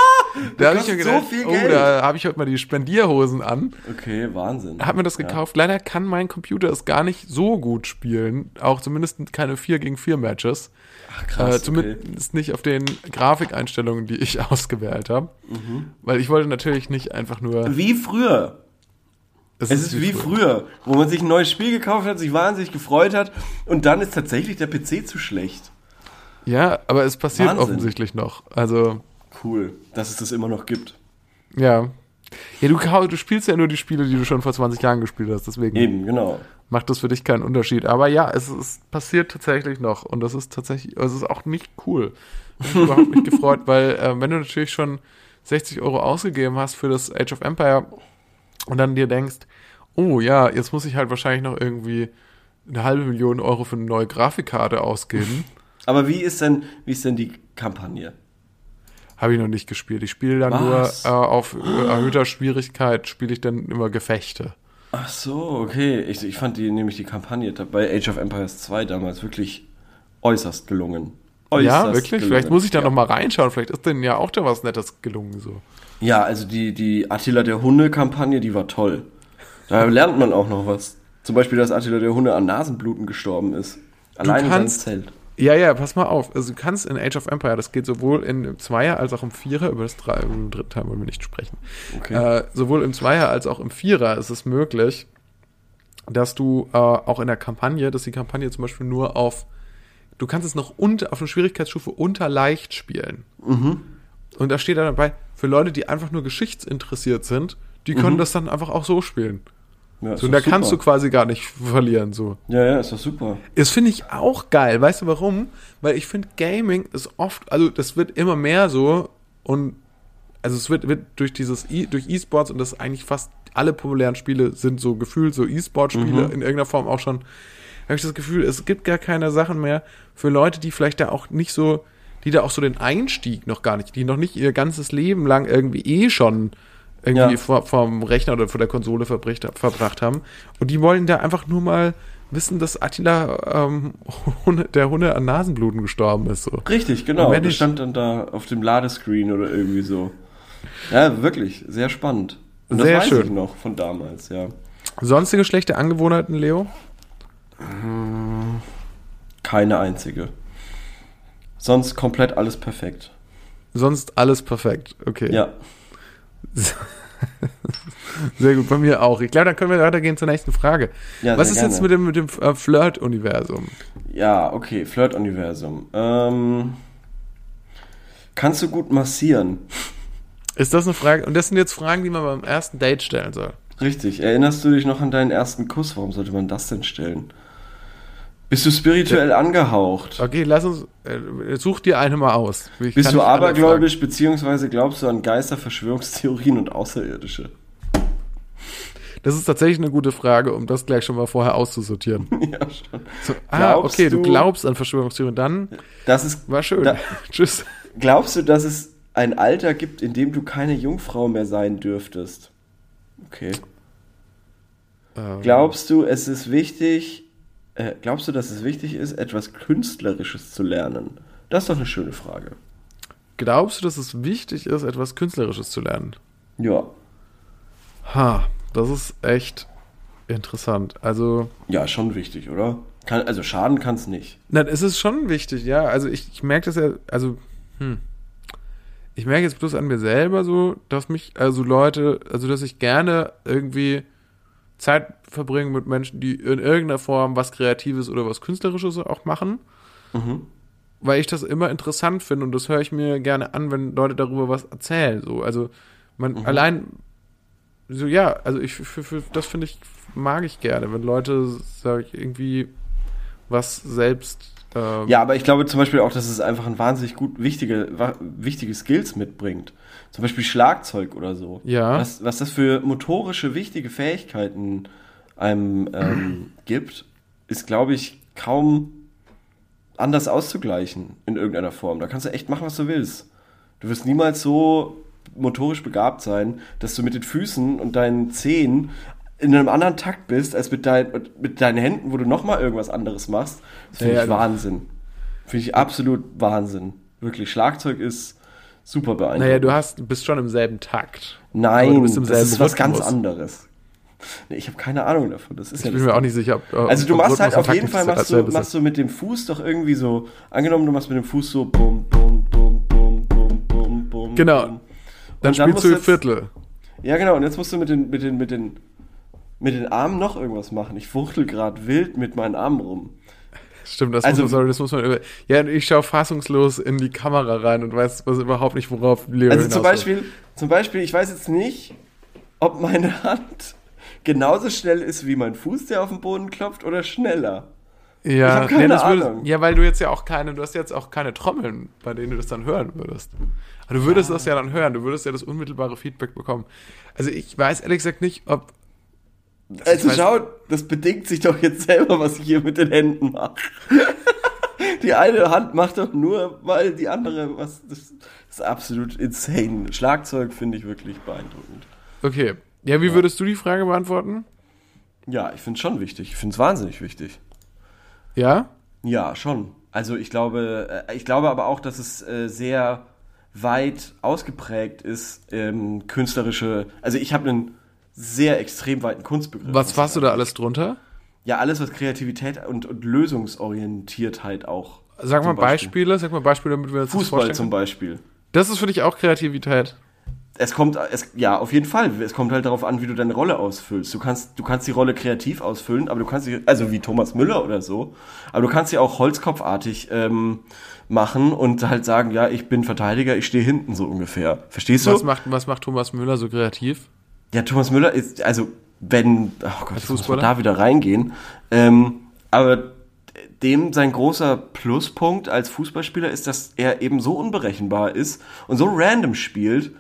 Da habe ich mir gedacht, so viel Geld. Da habe ich heute mal die Spendierhosen an. Okay, Wahnsinn. Hab mir das gekauft. Leider kann mein Computer es gar nicht so gut spielen. Auch zumindest keine 4 gegen 4 Matches. Ach, krass, zumindest nicht auf den Grafikeinstellungen, die ich ausgewählt habe. Weil ich wollte natürlich nicht einfach nur... Wie früher. Es ist wie früher, wo man sich ein neues Spiel gekauft hat, sich wahnsinnig gefreut hat und dann ist tatsächlich der PC zu schlecht. Ja, aber es passiert Wahnsinn. offensichtlich noch. Also... Cool, dass es das immer noch gibt. Ja. Ja, du spielst ja nur die Spiele, die du schon vor 20 Jahren gespielt hast, deswegen Eben, genau. macht das für dich keinen Unterschied. Aber ja, es passiert tatsächlich noch und das ist tatsächlich, also es ist auch nicht cool. Ich bin überhaupt nicht gefreut, weil wenn du natürlich schon 60 Euro ausgegeben hast für das Age of Empire und dann dir denkst, oh ja, jetzt muss ich halt wahrscheinlich noch irgendwie 500.000 Euro für eine neue Grafikkarte ausgeben. Aber wie ist denn die Kampagne? Habe ich noch nicht gespielt. Ich spiele dann Was? nur auf erhöhter Schwierigkeit, spiele ich dann immer Gefechte. Ach so, okay. Ich fand nämlich die Kampagne bei Age of Empires 2 damals wirklich äußerst gelungen. Ja, wirklich? Gelungen. Vielleicht muss ich da noch mal reinschauen. Vielleicht ist denen ja auch da was Nettes gelungen. So. Ja, also die Attila der Hunde-Kampagne, die war toll. Da lernt man auch noch was. Zum Beispiel, dass Attila der Hunde an Nasenbluten gestorben ist. Allein in seinem Zelt. Ja, pass mal auf. Also du kannst in Age of Empire, das geht sowohl im Zweier als auch im Vierer, über im dritten Teil wollen wir nicht sprechen. Okay. Sowohl im Zweier als auch im Vierer ist es möglich, dass du auch in der Kampagne, dass die Kampagne zum Beispiel nur du kannst es noch auf eine Schwierigkeitsstufe unter leicht spielen. Und da steht dann dabei, für Leute, die einfach nur geschichtsinteressiert sind, die können das dann einfach auch so spielen. Ja, so, und da kannst du quasi gar nicht verlieren. So. Ja, ist doch super. Das finde ich auch geil. Weißt du warum? Weil ich finde, Gaming ist oft, also das wird immer mehr so und also es wird durch durch E-Sports und das eigentlich fast alle populären Spiele sind so gefühlt so E-Sport-Spiele in irgendeiner Form auch schon, habe ich das Gefühl, es gibt gar keine Sachen mehr für Leute, die vielleicht da auch nicht so, die da auch so den Einstieg noch gar nicht, die noch nicht ihr ganzes Leben lang irgendwie schon irgendwie vom Rechner oder vor der Konsole verbracht haben. Und die wollen da einfach nur mal wissen, dass Attila der Hunde an Nasenbluten gestorben ist. So. Richtig, genau. Das stand dann da auf dem Ladescreen oder irgendwie so. Ja, wirklich. Sehr spannend. Und das sehr weiß schön. Ich noch von damals, ja. Sonstige schlechte Angewohnheiten, Leo? Keine einzige. Sonst komplett alles perfekt. Sonst alles perfekt, okay. Ja. Sehr gut, bei mir auch. Ich glaube, dann können wir weitergehen zur nächsten Frage. Ja, was ist gerne. jetzt mit dem Flirt-Universum? Ja, okay, Flirt-Universum. Kannst du gut massieren? Ist das eine Frage? Und das sind jetzt Fragen, die man beim ersten Date stellen soll. Richtig. Erinnerst du dich noch an deinen ersten Kuss? Warum sollte man das denn stellen? Bist du spirituell angehaucht? Okay, such dir eine mal aus. Bist du abergläubisch, beziehungsweise glaubst du an Geister, Verschwörungstheorien und Außerirdische? Das ist tatsächlich eine gute Frage, um das gleich schon mal vorher auszusortieren. Ja, schon. So, okay, du glaubst an Verschwörungstheorien, dann war schön. Tschüss. Glaubst du, dass es ein Alter gibt, in dem du keine Jungfrau mehr sein dürftest? Okay. Glaubst du, dass es wichtig ist, etwas Künstlerisches zu lernen? Das ist doch eine schöne Frage. Glaubst du, dass es wichtig ist, etwas Künstlerisches zu lernen? Ja. Das ist echt interessant. Also. Ja, schon wichtig, oder? Also schaden kann es nicht. Nein, es ist schon wichtig, ja. Also ich merke das ja, ich merke jetzt bloß an mir selber so, dass mich, dass ich gerne irgendwie Zeit verbringen mit Menschen, die in irgendeiner Form was Kreatives oder was Künstlerisches auch machen. Weil ich das immer interessant finde und das höre ich mir gerne an, wenn Leute darüber was erzählen. So. Also man allein, so ja, also das finde ich, mag ich gerne, wenn Leute, sag ich, irgendwie was selbst. Ja, aber ich glaube zum Beispiel auch, dass es einfach ein wahnsinnig wichtige Skills mitbringt. Zum Beispiel Schlagzeug oder so. Ja. Was das für motorische, wichtige Fähigkeiten einem gibt, ist, glaube ich, kaum anders auszugleichen in irgendeiner Form. Da kannst du echt machen, was du willst. Du wirst niemals so motorisch begabt sein, dass du mit den Füßen und deinen Zehen in einem anderen Takt bist, als mit deinen Händen, wo du nochmal irgendwas anderes machst. Das finde ich Wahnsinn. Finde ich absolut Wahnsinn. Wirklich, Schlagzeug ist super beeindruckend. Naja, bist schon im selben Takt. Nein, du bist im selben das ist was Rhythmus. ganz anderes. Nee, ich habe keine Ahnung davon. Das ist Ich bin mir auch nicht sicher, ob also du machst halt Rhythmus und auf Takt jeden Fall, nicht machst du mit dem Fuß doch irgendwie so, angenommen du machst mit dem Fuß so bum, bum, bum, bum, bum, bum, bum. Genau. Bum. Dann spielst du Viertel. Ja, genau. Und jetzt musst du mit den Armen noch irgendwas machen. Ich fuchtel gerade wild mit meinen Armen rum. Stimmt, das muss man über. Ja, ich schaue fassungslos in die Kamera rein und weiß überhaupt nicht, worauf Leo Also zum Beispiel, ich weiß jetzt nicht, ob meine Hand genauso schnell ist wie mein Fuß, der auf den Boden klopft, oder schneller. Ja, ich habe keine Ahnung. Weil du hast jetzt auch keine Trommeln, bei denen du das dann hören würdest. Aber du würdest das ja dann hören, du würdest ja das unmittelbare Feedback bekommen. Also ich weiß ehrlich gesagt nicht, ob... schau, das bedingt sich doch jetzt selber, was ich hier mit den Händen mache. Die eine Hand macht doch nur, weil die andere das ist absolut insane. Schlagzeug finde ich wirklich beeindruckend. Okay. Ja, wie würdest du die Frage beantworten? Ja, ich finde es schon wichtig. Ich finde es wahnsinnig wichtig. Ja? Ja, schon. Also ich glaube aber auch, dass es sehr weit ausgeprägt ist, künstlerische, also ich habe einen sehr extrem weiten Kunstbegriff. Was fasst du da alles drunter? Ja, alles, was Kreativität und Lösungsorientiertheit auch. Sag mal Beispiele, damit wir uns das Fußball vorstellen zum Beispiel. Das ist für dich auch Kreativität. Ja, auf jeden Fall. Es kommt halt darauf an, wie du deine Rolle ausfüllst. Du kannst die Rolle kreativ ausfüllen, aber du kannst sie, also wie Thomas Müller oder so, aber du kannst sie auch holzkopfartig machen und halt sagen, ja, ich bin Verteidiger, ich stehe hinten so ungefähr. Verstehst du? Was macht Thomas Müller so kreativ? Ja, Thomas Müller ist, also wenn, oh Gott, jetzt muss man da wieder reingehen, aber sein großer Pluspunkt als Fußballspieler ist, dass er eben so unberechenbar ist und so random spielt,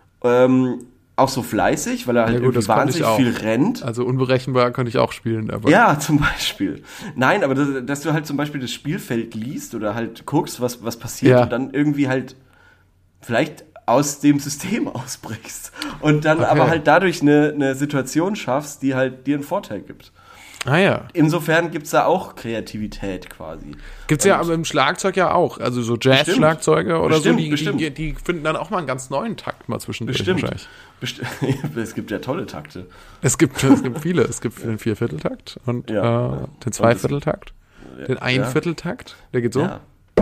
auch so fleißig, weil er halt irgendwie wahnsinnig viel rennt. Also unberechenbar könnte ich auch spielen. Aber ja, zum Beispiel. Nein, aber dass du halt zum Beispiel das Spielfeld liest oder halt guckst, was passiert und dann irgendwie halt vielleicht aus dem System ausbrichst und dann aber halt dadurch eine Situation schaffst, die halt dir einen Vorteil gibt. Ah ja. Insofern gibt's da auch Kreativität quasi. Gibt's ja aber im Schlagzeug ja auch. Also so Jazz-Schlagzeuge oder so, die finden dann auch mal einen ganz neuen Takt mal zwischendurch. Es gibt ja tolle Takte. Es gibt viele. Es gibt den Viervierteltakt und den Zweivierteltakt, den Einvierteltakt. Der geht so. Ja.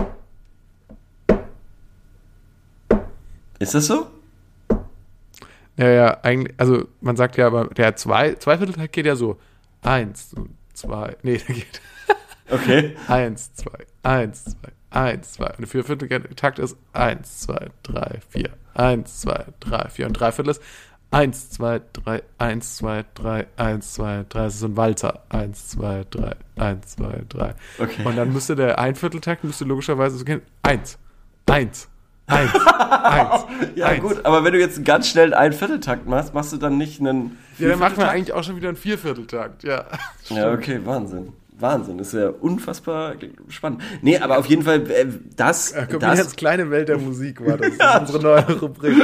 Ist das so? Ja, eigentlich, also man sagt ja, aber der Zweivierteltakt geht ja so 1, 2, nee, der geht. Okay. 1, 2, 1, 2, 1, 2. Und der Viervierteltakt ist 1, 2, 3, 4. 1, 2, 3, 4. Und Dreiviertel ist 1, 2, 3, 1, 2, 3, 1, 2, 3. Das ist so ein Walzer. 1, 2, 3, 1, 2, 3. Okay. Und dann müsste der Einvierteltakt logischerweise so gehen. 1, 1. 1. Ja, 1. Gut, aber wenn du jetzt ganz schnell einen Vierteltakt machst du dann nicht einen Viervierteltakt? Ja, dann macht man eigentlich auch schon wieder einen Viervierteltakt, ja. Ja, okay, Wahnsinn. Wahnsinn, das ist ja unfassbar spannend. Nee, aber auf jeden Fall, jetzt kleine Welt der Musik war das. Das ist unsere neue Rubrik.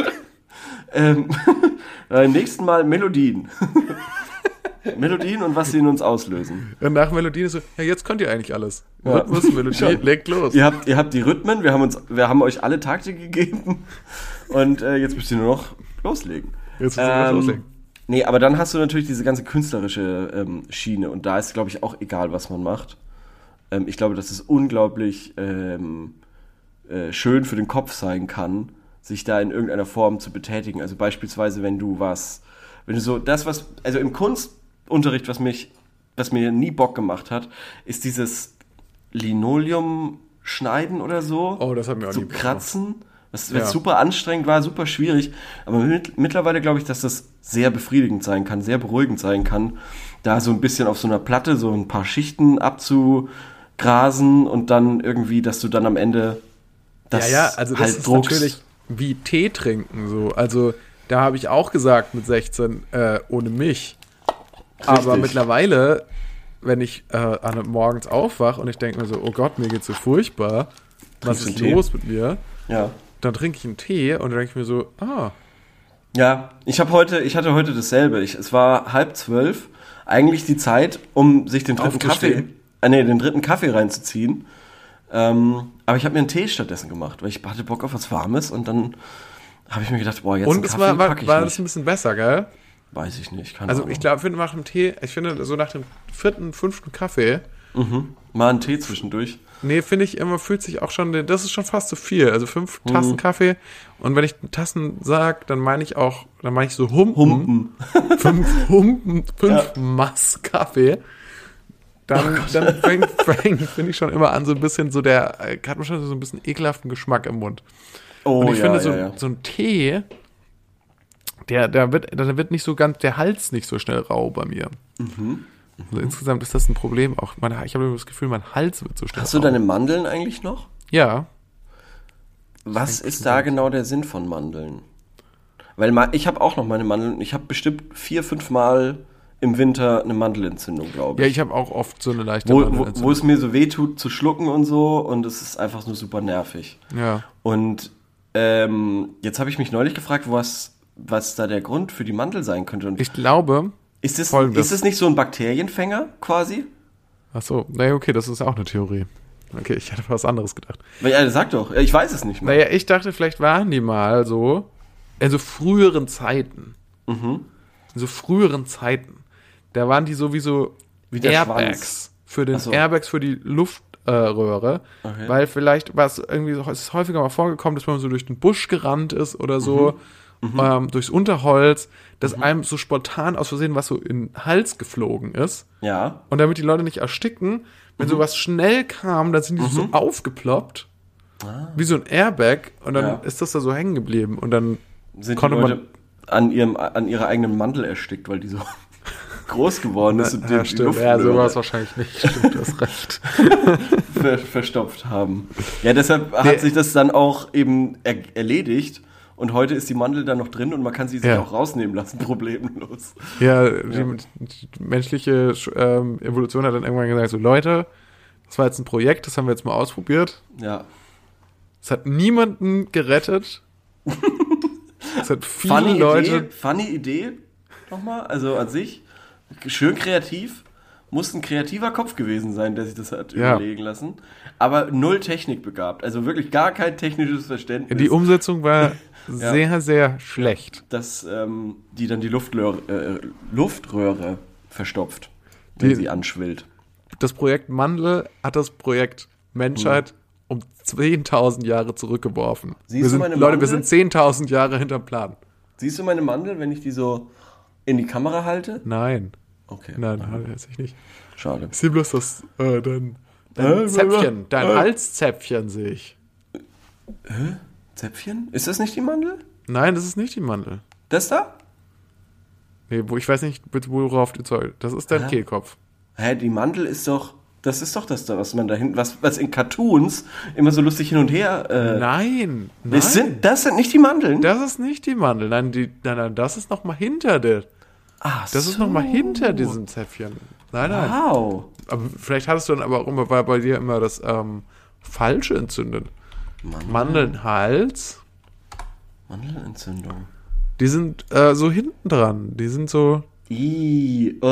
Nächsten Mal Melodien. Melodien und was sie in uns auslösen. Und nach Melodien ist so, ja, jetzt könnt ihr eigentlich alles. Ja. Rhythmus, Melodie, legt los. Ihr habt die Rhythmen, wir haben euch alle Takte gegeben und jetzt müsst ihr nur noch loslegen. Nee, aber dann hast du natürlich diese ganze künstlerische Schiene und da ist, glaube ich, auch egal, was man macht. Ich glaube, dass es unglaublich schön für den Kopf sein kann, sich da in irgendeiner Form zu betätigen. Also beispielsweise, also im Kunstbereich Unterricht, was mir nie Bock gemacht hat, ist dieses Linoleum schneiden oder so. Oh, das hat mir auch so nie Bock kratzen. Was Ja. super anstrengend war, super schwierig. Aber mittlerweile glaube ich, dass das sehr befriedigend sein kann, sehr beruhigend sein kann, da so ein bisschen auf so einer Platte so ein paar Schichten abzugrasen und dann irgendwie, dass du dann am Ende das also das halt ist druckst. natürlich wie Tee trinken so. Also da habe ich auch gesagt mit 16, ohne mich. Aber Richtig. mittlerweile, wenn ich morgens aufwache und ich denke mir so, oh Gott, mir geht's so furchtbar, was Trinkst du ist einen Tee? los mit mir? Ja. Dann trinke ich einen Tee und dann denke ich mir so, Ja, ich hatte heute dasselbe. Es war 11:30, eigentlich die Zeit, um sich den dritten Aufzustehen. Kaffee reinzuziehen. Aber ich habe mir einen Tee stattdessen gemacht, weil ich hatte Bock auf was Warmes und dann habe ich mir gedacht, boah, jetzt und einen es Kaffee war pack ich das nicht. ein bisschen besser, gell? Weiß ich nicht, keine Also Ahnung. ich glaube, nach dem Tee, ich finde so nach dem 4., 5. Kaffee, Mal einen Tee zwischendurch. nee, finde ich immer, fühlt sich auch schon, das ist schon fast zu viel. Also 5 Tassen Kaffee. Und wenn ich Tassen sag, dann meine ich so Humpen. 5 Humpen, 5 Mass Kaffee. Dann finde ich schon immer an, so ein bisschen so hat man schon so ein bisschen ekelhaften Geschmack im Mund. Oh, Und ich ja, finde, ja. so ein Tee, da wird nicht so ganz, der Hals nicht so schnell rau bei mir. Also insgesamt ist das ein Problem. Auch ich habe das Gefühl, mein Hals wird so schnell Hast du rau. deine Mandeln eigentlich noch? Ja. Was ist da genau der Sinn von Mandeln? Weil ich habe auch noch meine Mandeln. Ich habe bestimmt 4-5 Mal im Winter eine Mandelentzündung, glaube Ja, ich. ich habe auch oft so eine leichte Wo Mandelentzündung. es mir so weh tut zu schlucken und so und es ist einfach nur super nervig. Ja. Und jetzt habe ich mich neulich gefragt, was da der Grund für die Mandel sein könnte. Und Ich glaube, ist es Folgendes. nicht so ein Bakterienfänger quasi? ach so, naja, okay, das ist auch eine Theorie. Okay, ich hatte was anderes gedacht. Ja, sag doch. Ich weiß es nicht mal. Naja, ich dachte, vielleicht waren die mal so, in so früheren Zeiten. In so früheren Zeiten. Da waren die sowieso Wie der Airbags Schwanz. Ach so. Airbags für die Luftröhre. Okay. Weil vielleicht war es irgendwie, es ist häufiger mal vorgekommen, dass man so durch den Busch gerannt ist oder so, durchs Unterholz, dass einem so spontan aus Versehen was so in den Hals geflogen ist. Ja. Und damit die Leute nicht ersticken, wenn sowas schnell kam, dann sind die so aufgeploppt. Wie so ein Airbag. Und dann Ja. ist das da so hängen geblieben. Und dann Sind die konnte Leute man. an ihrer eigenen Mandel erstickt, weil die so groß geworden ist und Ja, die stimmt. Ja, sowas wahrscheinlich nicht. Stimmt, du hast recht. verstopft haben. Ja, deshalb hat sich das dann auch eben erledigt. Und heute ist die Mandel dann noch drin und man kann sie sich Ja. auch rausnehmen lassen, problemlos. Ja, die menschliche Evolution hat dann irgendwann gesagt, so Leute, das war jetzt ein Projekt, das haben wir jetzt mal ausprobiert. Ja. Es hat niemanden gerettet. Es hat viele Leute. Funny Idee, nochmal, also an sich, schön kreativ, muss ein kreativer Kopf gewesen sein, der sich das hat Ja. überlegen lassen, aber null Technik begabt, also wirklich gar kein technisches Verständnis, Die Umsetzung war sehr, sehr schlecht. dass die dann die Luftröhre verstopft, wenn Die- sie anschwillt. Das Projekt Mandel hat das Projekt Menschheit um 10.000 Jahre zurückgeworfen. Siehst du Wir meine sind 10.000 Jahre hinterm Plan. Siehst du meine Mandel, wenn ich die so in die Kamera halte? Nein. Okay, Nein, weiß ich nicht. schade. Ich sehe bloß das, dein Zäpfchen, dein Halszäpfchen sehe ich. Zäpfchen? Ist das nicht die Mandel? Nein, das ist nicht die Mandel. Das da? Nee, ich weiß nicht, worauf du zeugst. Das ist dein Kehlkopf. Hä, die Mandel ist doch, das ist doch das da, was man da hinten, was in Cartoons immer so lustig hin und her, Nein, das sind nicht die Mandeln? das ist nicht die Mandel. Nein, das ist noch mal hinter dir. Ach Das ist noch mal hinter diesem Zäpfchen. Nein. Wow. Aber vielleicht hattest du dann aber auch immer bei dir immer das Falsche entzündet. Mandeln, Hals, Mandelentzündung. die sind so hinten dran. Die sind so. I, oh,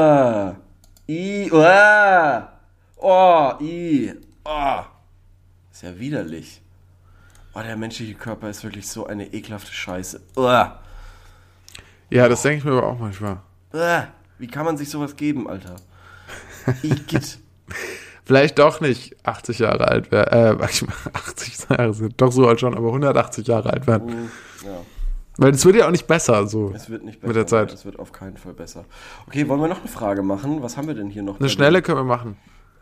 ist ja widerlich. Oh, der menschliche Körper ist wirklich so eine ekelhafte Scheiße. Ja, das denke ich mir aber auch manchmal. Wie kann man sich sowas geben, Alter? Igitt. Vielleicht doch nicht 80 Jahre alt werden. 80 Jahre sind doch so alt schon, aber 180 Jahre alt werden. Ja. Weil es wird ja auch nicht besser, so. Es wird nicht besser. Mit der Zeit. Nein, es wird auf keinen Fall besser. Okay, wollen wir noch eine Frage machen? Was haben wir denn hier noch? Eine schnelle können wir machen.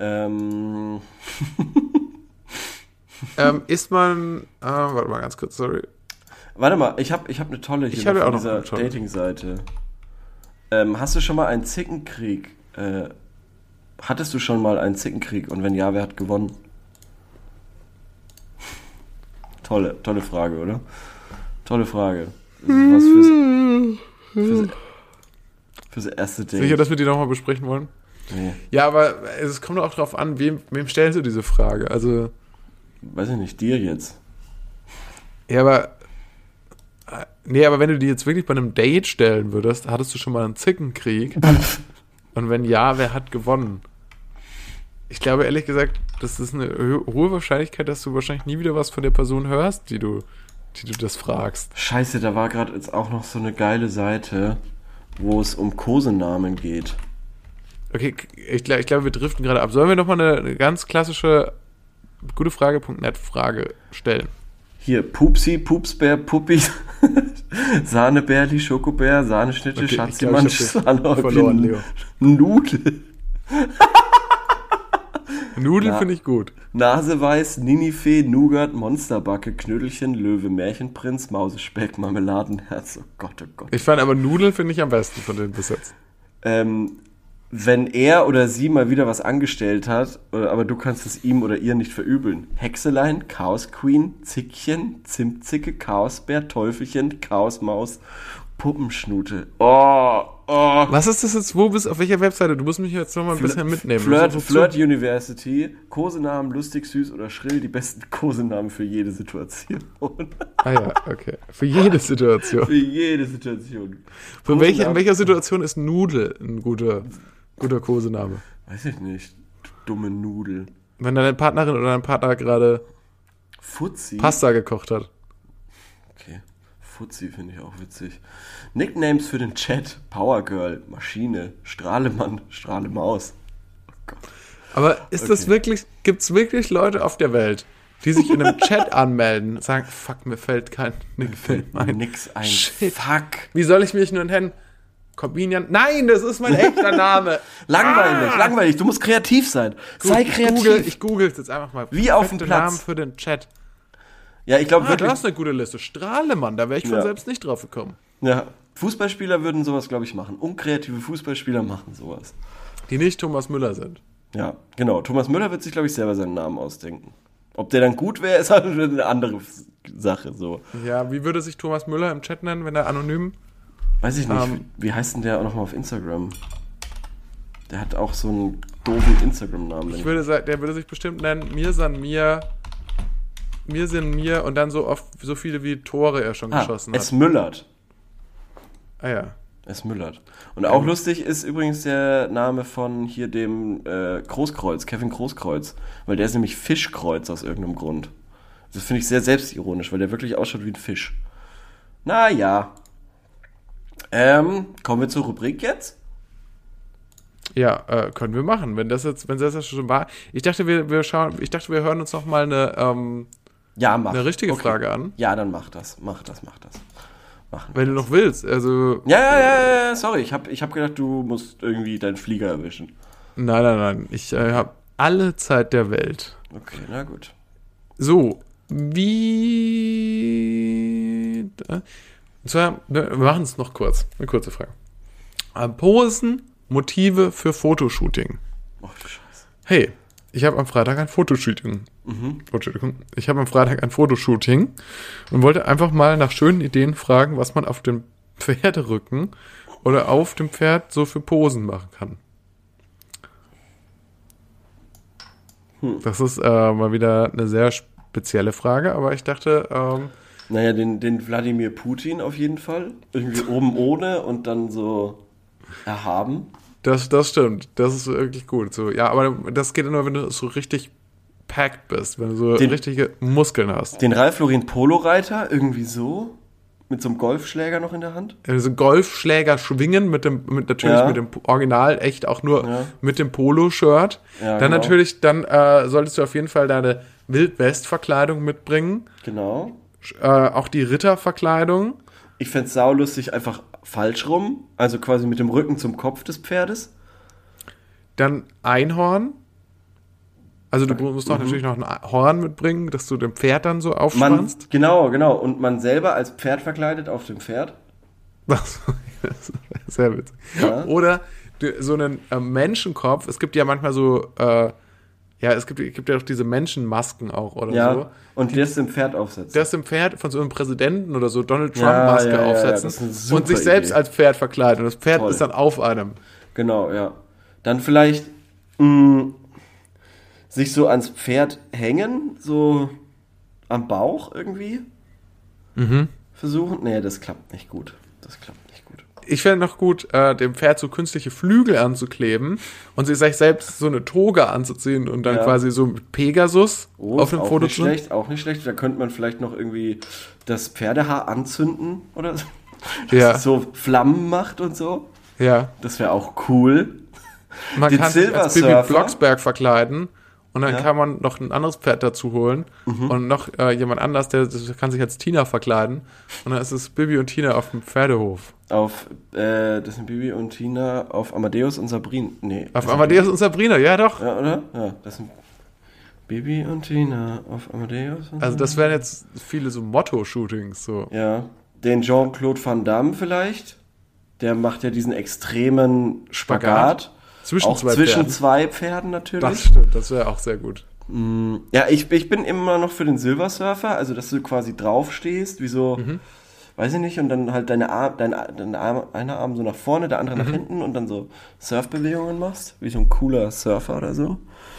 Ist man, warte mal ganz kurz, sorry. Warte mal, ich hab eine tolle hier Ich habe ja auch von noch dieser eine tolle. Dating-Seite. Hast du schon mal einen Zickenkrieg? Hattest du schon mal einen Zickenkrieg? Und wenn ja, wer hat gewonnen? Tolle Frage, oder? Tolle Frage. Was fürs erste Date. Sicher, dass wir die nochmal besprechen wollen? Nee, Ja, aber es kommt auch drauf an, wem stellst du diese Frage? Also, weiß ich nicht, dir jetzt. ja, aber wenn du die jetzt wirklich bei einem Date stellen würdest, hattest du schon mal einen Zickenkrieg? Und wenn ja, wer hat gewonnen? Ich glaube, ehrlich gesagt, das ist eine hohe Wahrscheinlichkeit, dass du wahrscheinlich nie wieder was von der Person hörst, die du das fragst. Scheiße, da war gerade jetzt auch noch so eine geile Seite, wo es um Kosenamen geht. Okay, ich glaube, wir driften gerade ab. Sollen wir nochmal eine ganz klassische gutefrage.net Frage stellen? Hier, Pupsi, Pupsbär, Puppi, Sahnebärli, Schokobär, Sahneschnitte, Okay, Schatzimansch, ich glaub, ich hab verloren, Leo. Nudel, Nudeln Ja. finde ich gut. Naseweiß, Ninifee, Nougat, Monsterbacke, Knödelchen, Löwe, Märchenprinz, Mausespeck, Marmeladenherz. Oh Gott, oh Gott. Ich fand aber Nudeln finde ich am besten von denen bis jetzt. Wenn er oder sie mal wieder was angestellt hat, aber du kannst es ihm oder ihr nicht verübeln. Hexelein, Chaos Queen, Zickchen, Zimtzicke, Chaosbär, Teufelchen, Chaosmaus, Puppenschnute. Oh. Was ist das jetzt? Auf welcher Webseite? Du musst mich jetzt nochmal ein bisschen mitnehmen. Flirt University, Kosenamen, lustig, süß oder schrill, die besten Kosenamen für jede Situation. Ah ja, okay. Für jede Situation. Für jede Situation. In Kosenamen- welcher Situation ist Nudel ein guter Kosename? Weiß ich nicht. Du dumme Nudel. Wenn deine Partnerin oder dein Partner gerade Fuzzi. Pasta gekocht hat. Okay. Fuzzi finde ich auch witzig. Nicknames für den Chat. Powergirl, Maschine, Strahlemann, Strahlemaus. Oh Gott. Aber ist das Okay. wirklich, gibt es wirklich Leute auf der Welt, die sich in einem Chat anmelden und sagen, fuck, mir fällt kein Nickname ein. Nix ein. Shit. Fuck. Wie soll ich mich nur nennen? Corbinian? Nein, das ist mein echter Name. Langweilig. Du musst kreativ sein. Sei kreativ. Ich google es jetzt einfach mal. Wie auf dem Perfekte Platz. Namen für den Chat. Ja, ich glaube Du wirklich. hast eine gute Liste. Strahlemann, da wäre ich von Ja. selbst nicht drauf gekommen. Ja, Fußballspieler würden sowas, glaube ich, machen. Unkreative Fußballspieler machen sowas. Die nicht Thomas Müller sind. Ja, genau. Thomas Müller wird sich, glaube ich, selber seinen Namen ausdenken. Ob der dann gut wäre, ist halt eine andere Sache. So. Ja, wie würde sich Thomas Müller im Chat nennen, wenn er anonym? Weiß ich nicht. Ähm. Wie heißt denn der auch nochmal auf Instagram? Der hat auch so einen doofen Instagram-Namen. Der würde sich bestimmt nennen, mir sind mir und dann so oft so viele wie Tore er schon geschossen Es hat. Müllert. Ah ja. Es Müllert. Und auch lustig ist übrigens der Name von hier dem Großkreuz, Kevin Großkreuz. Weil der ist nämlich Fischkreuz aus irgendeinem Grund. Das finde ich sehr selbstironisch, weil der wirklich ausschaut wie ein Fisch. Naja. Kommen wir zur Rubrik jetzt? Ja, können wir machen, wenn das jetzt schon war. Ich dachte, wir hören uns noch mal eine richtige Frage an. Ja, dann mach das. Machen Wenn du noch willst. Also. Ja, sorry. Ich hab gedacht, du musst irgendwie deinen Flieger erwischen. Nein. Ich habe alle Zeit der Welt. Okay, na gut. So, wie. Und zwar, wir machen es noch kurz. Eine kurze Frage. Posen, Motive für Fotoshooting. Oh, Scheiße. Hey, ich habe am Freitag ein Fotoshooting. Entschuldigung. Ich habe am Freitag ein Fotoshooting und wollte einfach mal nach schönen Ideen fragen, was man auf dem Pferderücken oder auf dem Pferd so für Posen machen kann. Das ist mal wieder eine sehr spezielle Frage, aber ich dachte, Naja, den Wladimir Putin auf jeden Fall. Irgendwie oben ohne und dann so erhaben. das stimmt. Das ist wirklich gut. So, ja, aber das geht nur, wenn du so richtig packed bist, wenn du so richtige Muskeln hast. Den Ralf Lauren Polo-Reiter, irgendwie so. Mit so einem Golfschläger noch in der Hand. Also Golfschläger schwingen mit dem Original, echt auch nur mit dem Polo-Shirt. Ja, Dann genau. natürlich, solltest du auf jeden Fall deine Wildwest-Verkleidung mitbringen. Genau. Auch die Ritterverkleidung. Ich fände es saulustig, einfach falsch rum, also quasi mit dem Rücken zum Kopf des Pferdes. Dann Einhorn. Also du musst doch natürlich noch ein Horn mitbringen, dass du dem Pferd dann so aufspannst. Genau. Und man selber als Pferd verkleidet auf dem Pferd. Das ist sehr witzig. Ja. Oder so einen Menschenkopf. Es gibt ja manchmal so, es gibt ja auch diese Menschenmasken auch oder so. Und das dem Pferd aufsetzen. Das dem Pferd von so einem Präsidenten oder so Donald Trump-Maske aufsetzen das ist eine super und sich selbst Idee. als Pferd verkleiden. Und das Pferd Toll. ist dann auf einem. Genau, ja. Dann vielleicht sich so ans Pferd hängen, so am Bauch irgendwie versuchen. Nee, das klappt nicht gut. Ich fände noch gut, dem Pferd so künstliche Flügel anzukleben und sich selbst so eine Toga anzuziehen und dann quasi so mit Pegasus auf dem Foto zu. Auch nicht schlecht. Da könnte man vielleicht noch irgendwie das Pferdehaar anzünden oder so. Ja. Das so Flammen macht und so. Ja. Das wäre auch cool. Man Den kann sich als Bibi Silver Surfer. Blocksberg verkleiden und dann kann man noch ein anderes Pferd dazu holen und noch jemand anders, der kann sich als Tina verkleiden und dann ist es Bibi und Tina auf dem Pferdehof. Das sind Bibi und Tina auf Amadeus und Sabrina. Nee. Auf Amadeus und Sabrina, ja doch. Ja, oder? Ja, das sind Bibi und Tina auf Amadeus und Also das wären jetzt viele so Motto-Shootings. So. Ja, den Jean-Claude Van Damme vielleicht. Der macht ja diesen extremen Spagat. Zwischen zwei Pferden natürlich. Das stimmt, das wäre auch sehr gut. Ja, ich bin immer noch für den Silver Surfer, also dass du quasi drauf stehst, wie so, weiß ich nicht, und dann halt deine einer Arm so nach vorne, der andere nach hinten und dann so Surfbewegungen machst, wie so ein cooler Surfer oder so.